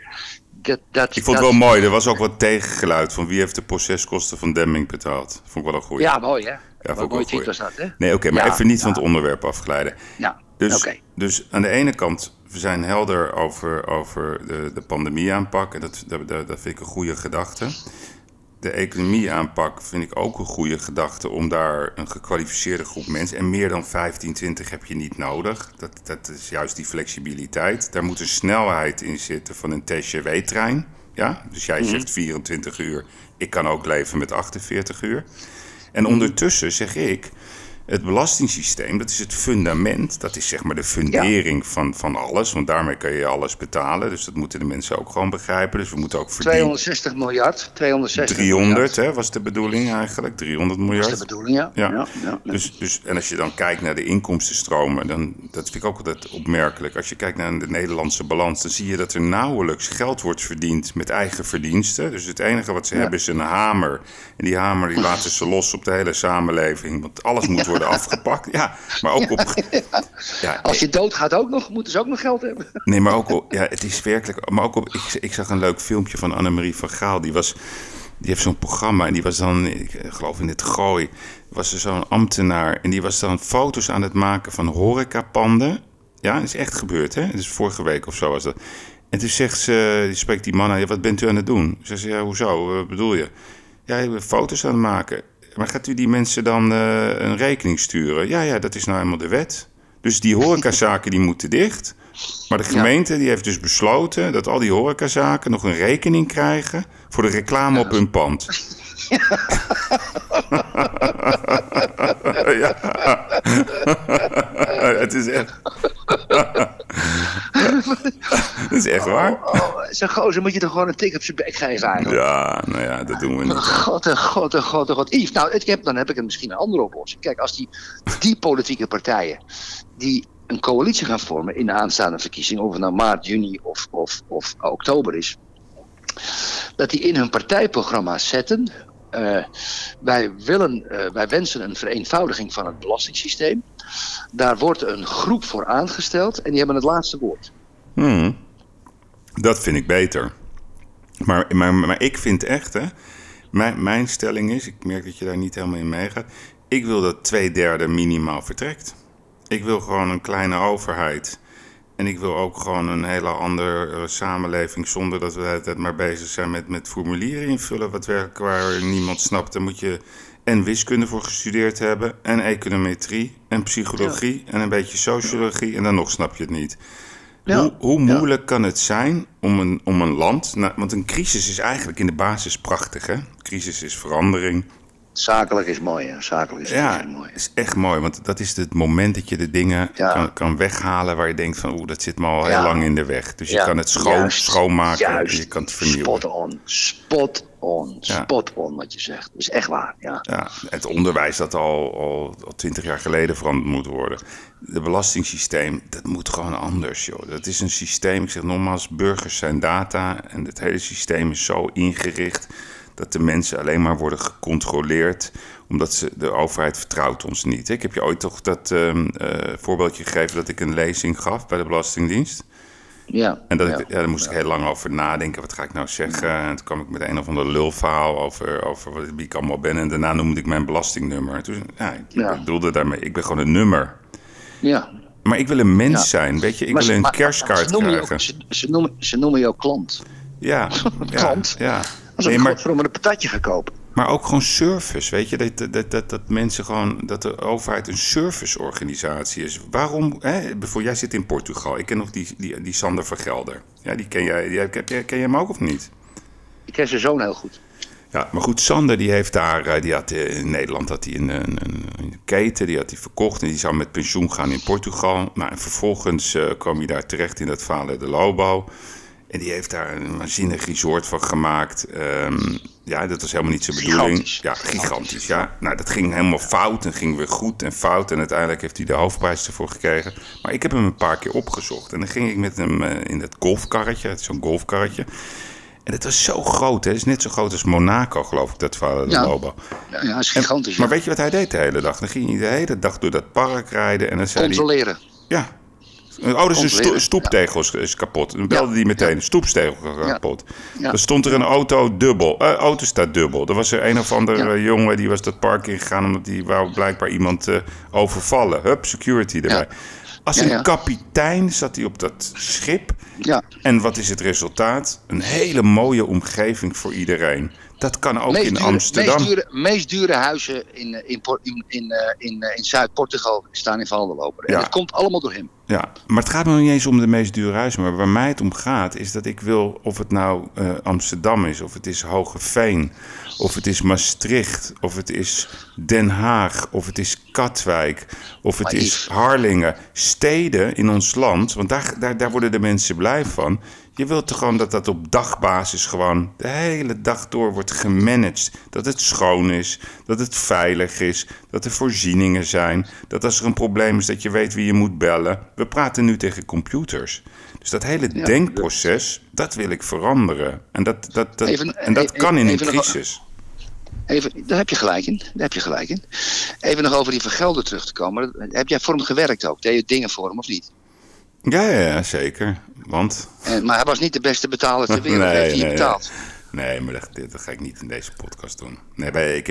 ik vond het wel mooi, er was ook wat tegengeluid van wie heeft de proceskosten van Demming betaald. Vond ik wel een goeie. Ja, mooi hè? Ja, vond ik wel mooi was dat, hè? Nee, oké, maar even niet van het onderwerp afglijden. Ja, Dus aan de ene kant, we zijn helder over de pandemie aanpak. En dat vind ik een goede gedachte. De economie aanpak vind ik ook een goede gedachte om daar een gekwalificeerde groep mensen, en meer dan 15, 20 heb je niet nodig. Dat is juist die flexibiliteit. Daar moet een snelheid in zitten van een TGW-trein. Ja? Dus jij zegt 24 uur, ik kan ook leven met 48 uur. En ondertussen zeg ik, het belastingssysteem, dat is het fundament. Dat is zeg maar de fundering van alles. Want daarmee kun je alles betalen. Dus dat moeten de mensen ook gewoon begrijpen. Dus we moeten ook verdienen. 260 miljard. 300 hè, was de bedoeling eigenlijk. 300 miljard. Dat was de bedoeling, ja. Dus, en als je dan kijkt naar de inkomstenstromen, dat vind ik ook altijd opmerkelijk. Als je kijkt naar de Nederlandse balans, dan zie je dat er nauwelijks geld wordt verdiend met eigen verdiensten. Dus het enige wat ze hebben is een hamer. En die hamer die laten ze los op de hele samenleving. Want alles moet worden worden afgepakt. Ja, maar ook op... Ja, als je doodgaat ook nog, moeten ze ook nog geld hebben. Nee, maar ook op... Ja, het is werkelijk... Maar ook op... Ik zag een leuk filmpje van Annemarie van Gaal. Die heeft zo'n programma en die was dan, ik geloof in het Gooi, was er zo'n ambtenaar en die was dan foto's aan het maken van horecapanden. Ja, dat is echt gebeurd, hè? Dus vorige week of zo was dat. En toen spreekt die man aan, ja, wat bent u aan het doen? Ze zei, ja, hoezo? Wat bedoel je? Ja, je bent foto's aan het maken. Maar gaat u die mensen dan een rekening sturen? Ja, dat is nou helemaal de wet. Dus die horecazaken die moeten dicht. Maar de gemeente die heeft dus besloten dat al die horecazaken nog een rekening krijgen voor de reclame op hun pand. Ja. Het is echt... Dat is echt waar. Zo'n gozer moet je toch gewoon een tik op zijn bek geven eigenlijk. Ja, nou ja, dat doen we niet. God. Yves, nou, dan heb ik misschien een andere oplossing. Kijk, als die politieke partijen die een coalitie gaan vormen in de aanstaande verkiezingen, of het nou maart, juni of oktober is, dat die in hun partijprogramma's zetten, wij wensen een vereenvoudiging van het belastingssysteem. Daar wordt een groep voor aangesteld en die hebben het laatste woord. Dat vind ik beter. Maar ik vind echt, hè, mijn stelling is, ik merk dat je daar niet helemaal in meegaat, ik wil dat 2/3 minimaal vertrekt. Ik wil gewoon een kleine overheid. En ik wil ook gewoon een hele andere samenleving zonder dat we de hele tijd maar bezig zijn met formulieren invullen waar niemand snapt. Daar moet je en wiskunde voor gestudeerd hebben en econometrie en psychologie en een beetje sociologie en dan nog snap je het niet. Ja. Hoe moeilijk kan het zijn om een land... want een crisis is eigenlijk in de basis prachtig, hè? Crisis is verandering. Zakelijk is mooi, hè? Zakelijk is mooi. Is echt mooi, want dat is het moment dat je de dingen kan weghalen waar je denkt van, dat zit me al heel lang in de weg. Dus je kan het schoonmaken en je kan het vernieuwen. Spot on wat je zegt. Dat is echt waar, ja. Het onderwijs dat al 20 jaar geleden veranderd moet worden. Het belastingssysteem, dat moet gewoon anders, joh. Dat is een systeem, ik zeg nogmaals, burgers zijn data en het hele systeem is zo ingericht dat de mensen alleen maar worden gecontroleerd omdat de overheid vertrouwt ons niet. Ik heb je ooit toch dat voorbeeldje gegeven dat ik een lezing gaf bij de Belastingdienst. Ja. En daar moest ik heel lang over nadenken. Wat ga ik nou zeggen? En toen kwam ik met een of ander lulverhaal over wie ik allemaal ben. En daarna noemde ik mijn belastingnummer. Toen, ik bedoelde daarmee, ik ben gewoon een nummer. Ja. Maar ik wil een mens zijn, weet je. Ik wil een kerstkaart krijgen. Ze noemen jou klant. Ja. Klant. Ja. Als ik godverdomme een patatje ga kopen. Maar ook gewoon service, weet je, dat mensen gewoon, dat de overheid een serviceorganisatie is. Waarom, bijvoorbeeld jij zit in Portugal, ik ken nog die Sander van Gelder. Ja, die ken jij, ken je hem ook of niet? Ik ken zijn zoon heel goed. Ja, maar goed, Sander die heeft daar, in Nederland had hij een keten, die had hij verkocht en die zou met pensioen gaan in Portugal. Nou, en vervolgens kwam hij daar terecht in dat Vale de Lobo. En die heeft daar een waanzinnig resort van gemaakt. Dat was helemaal niet zijn bedoeling. Ja, gigantisch. Ja. Nou, dat ging helemaal fout en ging weer goed en fout. En uiteindelijk heeft hij de hoofdprijs ervoor gekregen. Maar ik heb hem een paar keer opgezocht. En dan ging ik met hem in dat golfkarretje. Het is zo'n golfkarretje. En het was zo groot, hè. Het is net zo groot als Monaco, geloof ik, dat Vale de Lobo. Ja, dat is gigantisch. Maar weet je wat hij deed de hele dag? Dan ging hij de hele dag door dat park rijden. En dan zei controleren. Ja. Dus een stoeptegel is kapot. Dan belde hij meteen, stoeptegel kapot. Ja. Dan stond er een auto dubbel. Auto staat dubbel. Er was er een of andere jongen, die was dat park ingegaan omdat die wou blijkbaar iemand overvallen. Hup, security erbij. Ja. Als een kapitein zat hij op dat schip. Ja. En wat is het resultaat? Een hele mooie omgeving voor iedereen. Dat kan ook in Amsterdam. Meest dure huizen in Zuid-Portugal staan in Vale de Lobo. En dat komt allemaal door hem. Ja, maar het gaat me niet eens om de meest dure huizen. Maar waar mij het om gaat is dat ik wil, of het nou Amsterdam is, of het is Hogeveen, of het is Maastricht, of het is Den Haag, of het is Katwijk, of het is Harlingen. Steden in ons land, want daar worden de mensen blij van. Je wilt toch gewoon dat dat op dagbasis gewoon de hele dag door wordt gemanaged. Dat het schoon is, dat het veilig is, dat er voorzieningen zijn. Dat als er een probleem is dat je weet wie je moet bellen. We praten nu tegen computers. Dus dat hele denkproces, dat wil ik veranderen. En dat kan in een crisis. Daar heb je gelijk in. Even nog over die Van Gelder terug te komen. Heb jij voor hem gewerkt ook? Deed je dingen voor hem of niet? Ja, zeker. Want... Maar hij was niet de beste betaler ter wereld. Heeft hij je betaald? Nee, maar dat ga ik niet in deze podcast doen. Nee,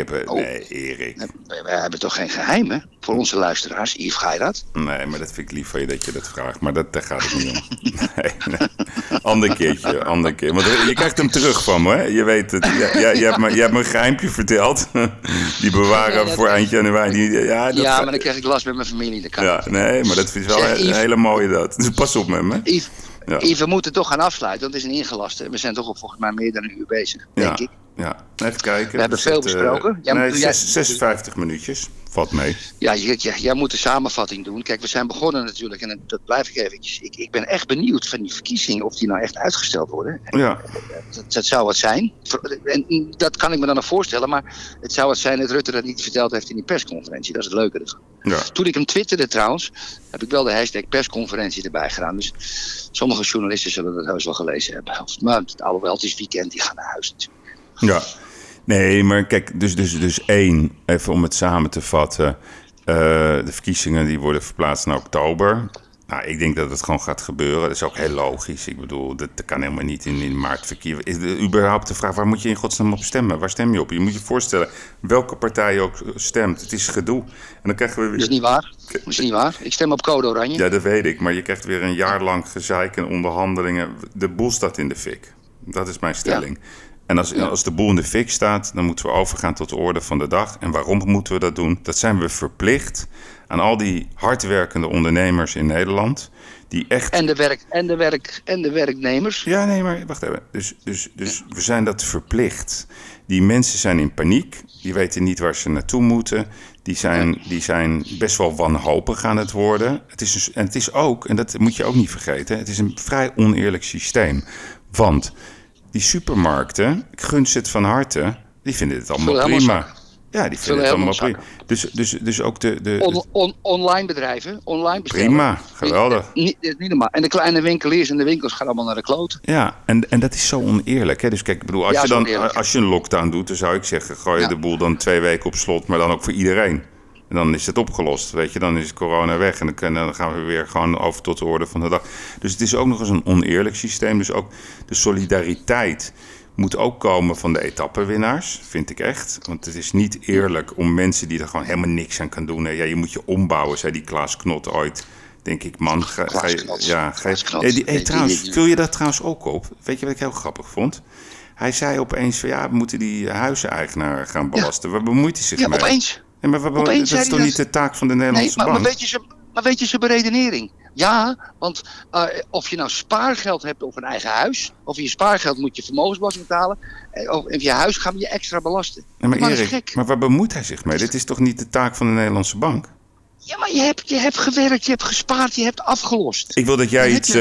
Erik. We hebben toch geen geheimen voor onze luisteraars, Yves, ga je dat? Nee, maar dat vind ik lief van je dat je dat vraagt. Maar daar gaat het niet om. Nee. Ander keer. Want je krijgt hem terug van me, hè? Je weet het. Je hebt me een geheimpje verteld. Die bewaren voor eind januari. Maar dan krijg ik last met mijn familie. Dat kan nee, maar dat vind ik wel een hele mooie dat. Dus pas op met me. Yves, we moeten toch gaan afsluiten, want het is een ingelaste. We zijn toch op volgens mij meer dan een uur bezig, denk ik. Ja, even kijken. We hebben veel besproken. 56 minuutjes. Valt mee. Ja, jij moet de samenvatting doen. Kijk, we zijn begonnen natuurlijk, en dat blijf ik eventjes. Ik ben echt benieuwd van die verkiezingen, of die nou echt uitgesteld worden. Ja. Dat zou het zijn. En dat kan ik me dan nog voorstellen, maar het zou het zijn dat Rutte dat niet verteld heeft in die persconferentie. Dat is het leuke ervan. Ja. Toen ik hem twitterde trouwens, heb ik wel de hashtag persconferentie erbij gedaan. Dus sommige journalisten zullen dat heus wel gelezen hebben. Maar alhoewel, het is weekend, die gaan naar huis natuurlijk. Ja, nee, maar kijk, dus één, even om het samen te vatten. De verkiezingen die worden verplaatst naar oktober. Nou, ik denk dat het gewoon gaat gebeuren. Dat is ook heel logisch. Ik bedoel, dat kan helemaal niet in maart verkiezen. Überhaupt de vraag, waar moet je in godsnaam op stemmen? Waar stem je op? Je moet je voorstellen, welke partij je ook stemt. Het is gedoe. En dan krijgen we weer... Dat is niet waar. Ik stem op Code Oranje. Ja, dat weet ik. Maar je krijgt weer een jaar lang gezeik en onderhandelingen. De boel staat in de fik. Dat is mijn stelling. Ja. En als de boel in de fik staat, dan moeten we overgaan tot de orde van de dag. En waarom moeten we dat doen? Dat zijn we verplicht aan al die hardwerkende ondernemers in Nederland. Die echt... En de werknemers. Ja, nee, maar wacht even. Dus we zijn dat verplicht. Die mensen zijn in paniek. Die weten niet waar ze naartoe moeten. Die zijn best wel wanhopig aan het worden. Het is ook, en dat moet je ook niet vergeten, het is een vrij oneerlijk systeem. Want... die supermarkten, ik gun ze het van harte, die vinden het allemaal prima. Ja, die vinden het allemaal prima. Dus ook online bedrijven, online bestellen. Prima, geweldig. Niet normaal. En de kleine winkeliers en de winkels gaan allemaal naar de kloot. Ja, en dat is zo oneerlijk. Hè? Dus kijk, ik bedoel, als je een lockdown doet, dan zou ik zeggen, gooi je de boel dan 2 weken op slot, maar dan ook voor iedereen. En dan is het opgelost, weet je. Dan is corona weg en dan gaan we weer gewoon over tot de orde van de dag. Dus het is ook nog eens een oneerlijk systeem. Dus ook de solidariteit moet ook komen van de etappenwinnaars, vind ik echt. Want het is niet eerlijk om mensen die er gewoon helemaal niks aan kan doen. Ja, je moet je ombouwen, zei die Klaas Knot ooit. Denk ik, man. Trouwens, vul je dat trouwens ook op? Weet je wat ik heel grappig vond? Hij zei opeens van we moeten die huizeneigenaar gaan belasten. Waar bemoeit hij zich mee? Ja, opeens. Ja, maar dat is toch niet de taak van de Nederlandse bank? Maar weet je zijn beredenering? Ja, want of je nou spaargeld hebt of een eigen huis, of je spaargeld moet je vermogensbelasting betalen, of je huis gaan we je extra belasten. Ja, maar Erik, maar waar bemoeit hij zich mee? Dit is toch niet de taak van de Nederlandse bank? Ja, maar je hebt gewerkt, je hebt gespaard, je hebt afgelost. Ik wil dat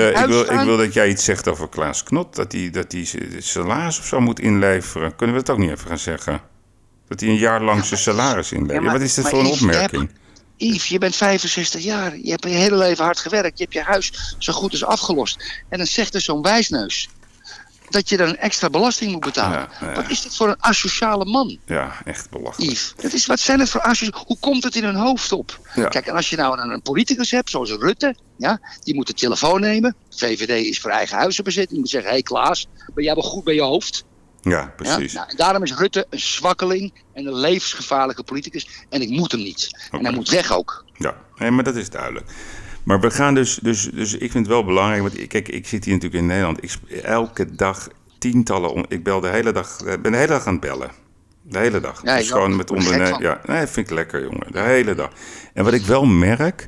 jij iets zegt over Klaas Knot, dat hij salaris of zo moet inleveren. Kunnen we dat ook niet even gaan zeggen? Dat hij een jaar lang zijn salaris inlevert. Wat is dat voor een opmerking? Yves, je bent 65 jaar. Je hebt je hele leven hard gewerkt. Je hebt je huis zo goed als afgelost. En dan zegt er zo'n wijsneus dat je dan een extra belasting moet betalen. Ja. Wat is dit voor een asociale man? Ja, echt belachelijk. Yves, wat zijn het voor asociale... Hoe komt het in hun hoofd op? Ja. Kijk, en als je nou een politicus hebt, zoals Rutte, die moet de telefoon nemen. VVD is voor eigen huizenbezit. Die moet zeggen, hé Klaas, ben jij wel goed bij je hoofd? Ja, precies. Ja? En daarom is Rutte een zwakkeling en een levensgevaarlijke politicus. En ik moet hem niet. Okay. En hij moet weg ook. Ja, nee, maar dat is duidelijk. Maar we gaan dus ik vind het wel belangrijk, want kijk, ik zit hier natuurlijk in Nederland. Elke dag tientallen, ik ben de hele dag aan het bellen. De hele dag. Ja, dus gewoon met ondernemen. Ja, nee, vind ik lekker, jongen. De hele dag. En wat ik wel merk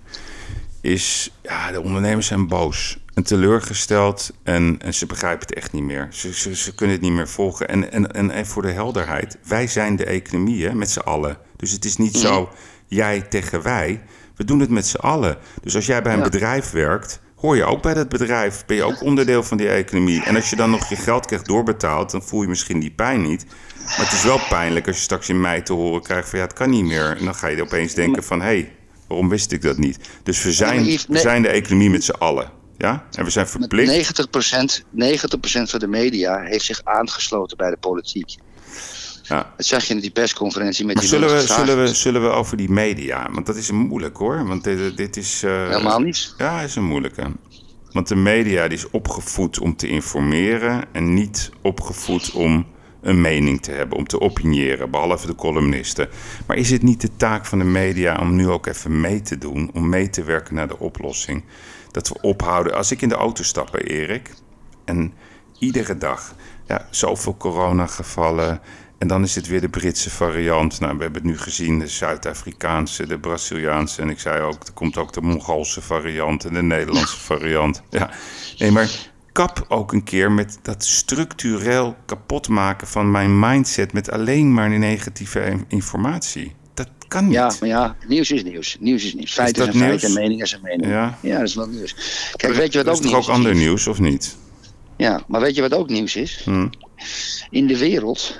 is, de ondernemers zijn boos en teleurgesteld en ze begrijpen het echt niet meer. Ze kunnen het niet meer volgen. En voor de helderheid, wij zijn de economie, hè, met z'n allen. Dus het is niet zo jij tegen wij. We doen het met z'n allen. Dus als jij bij een bedrijf werkt, hoor je ook bij dat bedrijf. Ben je ook onderdeel van die economie. En als je dan nog je geld krijgt doorbetaald, dan voel je misschien die pijn niet. Maar het is wel pijnlijk als je straks in mei te horen krijgt van het kan niet meer. En dan ga je opeens denken van waarom wist ik dat niet? Dus we zijn de economie met z'n allen. Ja? En we zijn verplicht. 90% van de media heeft zich aangesloten bij de politiek. Ja. Dat zag je in die persconferentie met Maar die zullen we over die media, want dat is een moeilijk hoor. Want dit is... Helemaal niet. Ja, is een moeilijke. Want de media die is opgevoed om te informeren en niet opgevoed om een mening te hebben, om te opiniëren, behalve de columnisten. Maar is het niet de taak van de media om nu ook even mee te doen, om mee te werken naar de oplossing? Dat we ophouden. Als ik in de auto stap, Erik, en iedere dag, zoveel coronagevallen. En dan is het weer de Britse variant. Nou, we hebben het nu gezien, de Zuid-Afrikaanse, de Braziliaanse. En ik zei ook, er komt ook de Mongoolse variant en de Nederlandse variant. Ja, nee, maar kap ook een keer met dat structureel kapotmaken van mijn mindset met alleen maar negatieve informatie. Dat kan niet. Ja, maar nieuws is nieuws. Nieuws is nieuws. Feiten zijn feiten en meningen zijn meningen. Ja, dat is wel nieuws. Kijk, weet je wat ook nieuws is? Er is toch ook ander nieuws, of niet? Ja, maar weet je wat ook nieuws is? In de wereld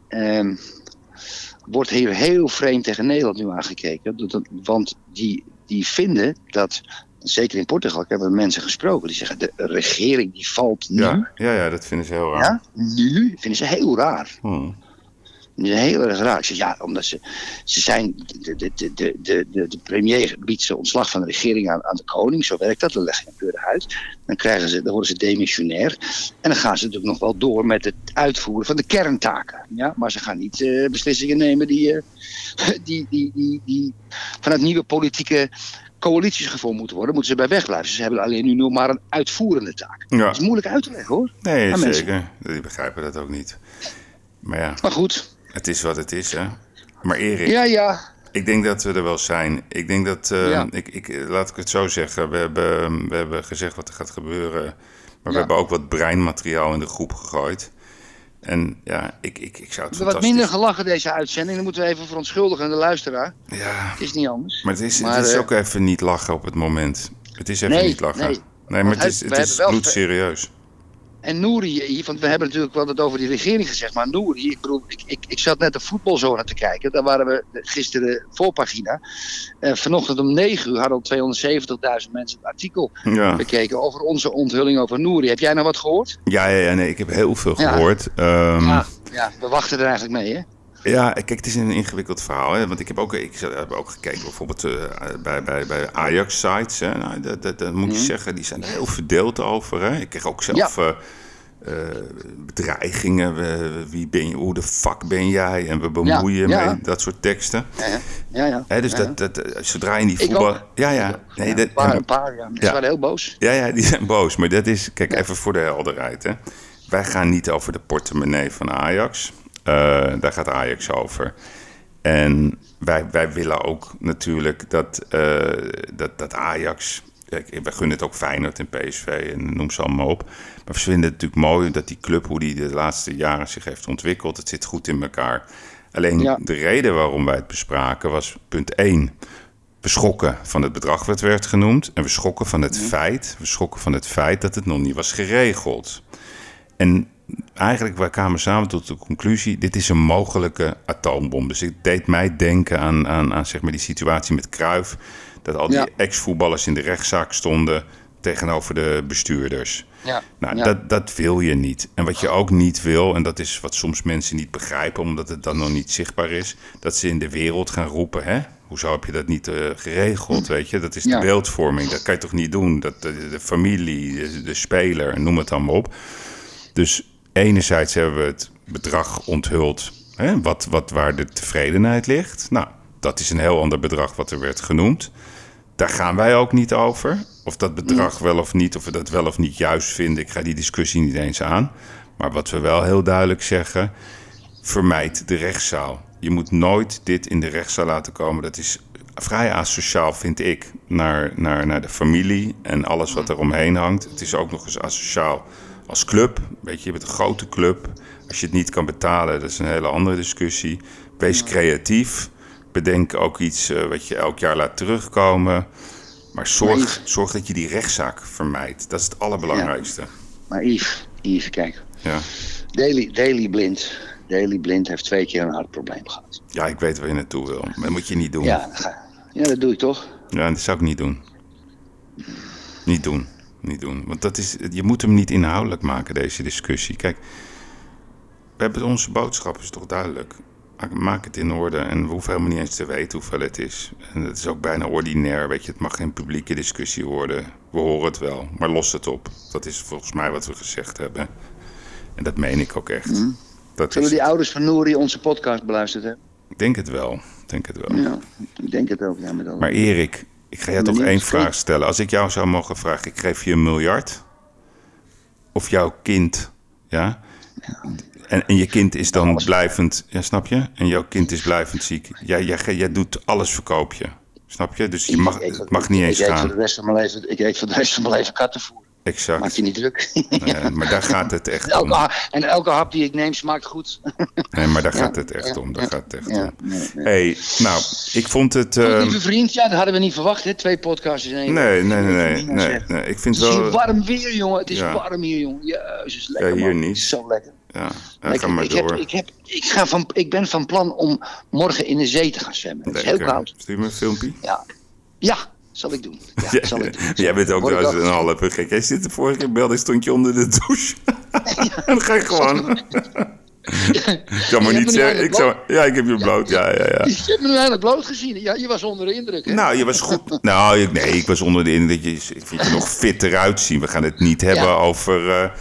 wordt hier heel vreemd tegen Nederland nu aangekeken. Want die vinden dat, zeker in Portugal, ik heb met mensen gesproken, die zeggen de regering die valt nu. Ja, dat vinden ze heel raar. Ja, nu vinden ze heel raar. Dat is heel erg raar. Ik zeg omdat ze zijn. De premier biedt ze ontslag van de regering aan de koning. Zo werkt dat. Dan leg je een keurig uit. Dan worden ze demissionair. En dan gaan ze natuurlijk nog wel door met het uitvoeren van de kerntaken. Ja? Maar ze gaan niet beslissingen nemen die vanuit nieuwe politieke coalities gevonden moeten worden. Moeten ze bij wegblijven. Ze hebben alleen nu nog maar een uitvoerende taak. Ja. Dat is moeilijk uit te leggen hoor. Nee, zeker. Die begrijpen dat ook niet. Maar goed. Het is wat het is, hè. Maar Erik, ik denk dat we er wel zijn. Ik denk dat, laat ik het zo zeggen, we hebben gezegd wat er gaat gebeuren. Maar we hebben ook wat breinmateriaal in de groep gegooid. En ik zou het fantastisch... wat minder gelachen deze uitzending. Dan moeten we even verontschuldigen aan de luisteraar. Ja. Het is niet anders. Maar het is ook even niet lachen op het moment. Het is even niet lachen. Nee, maar het is bloedserieus. En Nouri, want we hebben natuurlijk wel het over die regering gezegd, maar Nouri, ik bedoel, ik zat net de voetbalzone te kijken. Daar waren we gisteren voorpagina. Vanochtend om 9 uur hadden al 270.000 mensen het artikel bekeken over onze onthulling over Nouri. Heb jij nog wat gehoord? Nee, ik heb heel veel gehoord. We wachten er eigenlijk mee, hè? Ja, kijk, het is een ingewikkeld verhaal. Hè? Want ik heb ook gekeken bijvoorbeeld bij Ajax-sites. Nou, dat moet ik zeggen, die zijn er heel verdeeld over. Hè? Ik kreeg ook zelf bedreigingen. Wie ben je? Hoe de fuck ben jij? En we bemoeien mee, dat soort teksten. Hè, dus zodra je die voetbal... Een paar. Ze waren heel boos. Ja, die zijn boos. Maar dat is, kijk, even voor de helderheid. Hè? Wij gaan niet over de portemonnee van Ajax. Daar gaat Ajax over. En wij willen ook natuurlijk dat Ajax... We gunnen het ook Feyenoord en PSV en noem ze allemaal op. Maar we vinden het natuurlijk mooi dat die club, hoe die de laatste jaren zich heeft ontwikkeld, het zit goed in elkaar. Alleen de reden waarom wij het bespraken was punt 1. We schokken van het bedrag wat werd genoemd. En we schokken van het feit dat het nog niet was geregeld. En eigenlijk, wij kwamen samen tot de conclusie, dit is een mogelijke atoombom. Dus het deed mij denken aan zeg maar die situatie met Cruijff. Dat al die ex-voetballers in de rechtszaak stonden tegenover de bestuurders. Dat wil je niet. En wat je ook niet wil, en dat is wat soms mensen niet begrijpen, omdat het dan nog niet zichtbaar is, dat ze in de wereld gaan roepen, hè? Hoezo heb je dat niet geregeld, weet je? Dat is de beeldvorming, dat kan je toch niet doen? Dat de familie, de speler, noem het allemaal op. Dus enerzijds hebben we het bedrag onthuld, hè, waar de tevredenheid ligt. Nou, dat is een heel ander bedrag wat er werd genoemd. Daar gaan wij ook niet over. Of dat bedrag wel of niet, of we dat wel of niet juist vinden. Ik ga die discussie niet eens aan. Maar wat we wel heel duidelijk zeggen, vermijd de rechtszaal. Je moet nooit dit in de rechtszaal laten komen. Dat is vrij asociaal, vind ik, naar de familie en alles wat er omheen hangt. Het is ook nog eens asociaal als club. Weet je bent een grote club. Als je het niet kan betalen, dat is een hele andere discussie. Wees creatief. Bedenk ook iets wat je elk jaar laat terugkomen. Maar zorg dat je die rechtszaak vermijdt. Dat is het allerbelangrijkste. Ja. Maar Yves, kijk. Ja. Daley Blind heeft 2 keer een hartprobleem gehad. Ja, ik weet waar je naartoe wil. Maar dat moet je niet doen. Ja, dat doe ik toch? Ja, dat zou ik niet doen. Niet doen. Want je moet hem niet inhoudelijk maken, deze discussie. Kijk, We hebben onze boodschap, is toch duidelijk. Maak het in orde en we hoeven helemaal niet eens te weten hoeveel het is. En het is ook bijna ordinair, weet je. Het mag geen publieke discussie worden. We horen het wel, maar los het op. Dat is volgens mij wat we gezegd hebben. En dat meen ik ook echt. Zullen die ouders van Nouri onze podcast beluisterd hebben? Ik denk het wel. Ja, ik denk het ook. Ja, maar Erik, ik ga jou toch één vraag stellen. Als ik jou zou mogen vragen, ik geef je 1 miljard. Of jouw kind, ja? En je kind is dan blijvend, ja, snap je? En jouw kind is blijvend ziek. Jij doet alles verkoop je. Snap je? Dus het mag niet eens gaan. Ik eet voor de rest van mijn leven kattenvoer. Exact. Maak je niet druk. Maar daar gaat het echt om. En elke hap die ik neem smaakt goed. Nee, maar daar gaat het echt om. Hey, nou, ik vond het... Lieve vriend, dat hadden we niet verwacht, hè? 2 podcasts in één. Nee. Ik vind het is wel... warm weer, jongen. Het is warm hier, jongen. Jezus, lekker, hier man. niet. Het is zo lekker. Ja, ga maar door. Ik ben van plan om morgen in de zee te gaan zwemmen. Het is heel koud. Stuur me een filmpje? Ja, zal ik doen. Jij bent ook wel eens een halve gek. Jij zit de vorige keer belde, stond je onder de douche. En dan ga je gewoon... Ik kan maar niet zeggen. Ik heb je bloot. Ja. Je hebt me nu eigenlijk bloot gezien. Ja, je was onder de indruk. Hè? Nou, je was goed. Ik was onder de indruk. Ik vind je nog fit eruit zien. We gaan het niet hebben over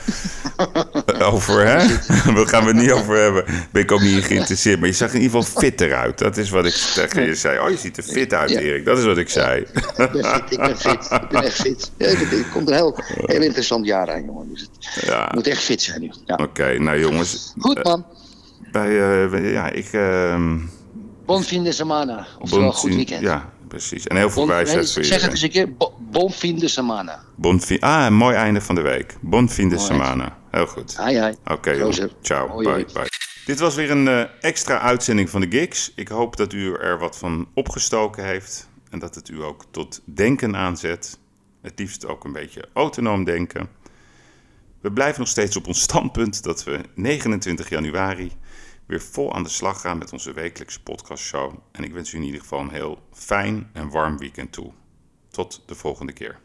hè? Daar gaan we het niet over hebben. Ben ik ook niet geïnteresseerd. Maar je zag in ieder geval fit eruit. Dat is wat ik tegen je zei. Oh, je ziet er fit uit, Erik. Dat is wat ik zei. Ik ben fit. Ik ben echt fit. Het komt een heel interessant jaar aan, jongen. Dus het moet echt fit zijn nu. Ja. Oké, nou jongens. Goed, man. Bon fin de semana. Oftewel goed weekend. Ja, precies. En heel veel wijsheid voor je. Zeg het eens een keer. Bon fin de semana. Een mooi einde van de week. Bon fin de semana. Heel goed. Hai. Oké, ciao. Bye. Dit was weer een extra uitzending van de Gigs. Ik hoop dat u er wat van opgestoken heeft. En dat het u ook tot denken aanzet. Het liefst ook een beetje autonoom denken. We blijven nog steeds op ons standpunt dat we 29 januari weer vol aan de slag gaan met onze wekelijkse podcastshow. En ik wens u in ieder geval een heel fijn en warm weekend toe. Tot de volgende keer.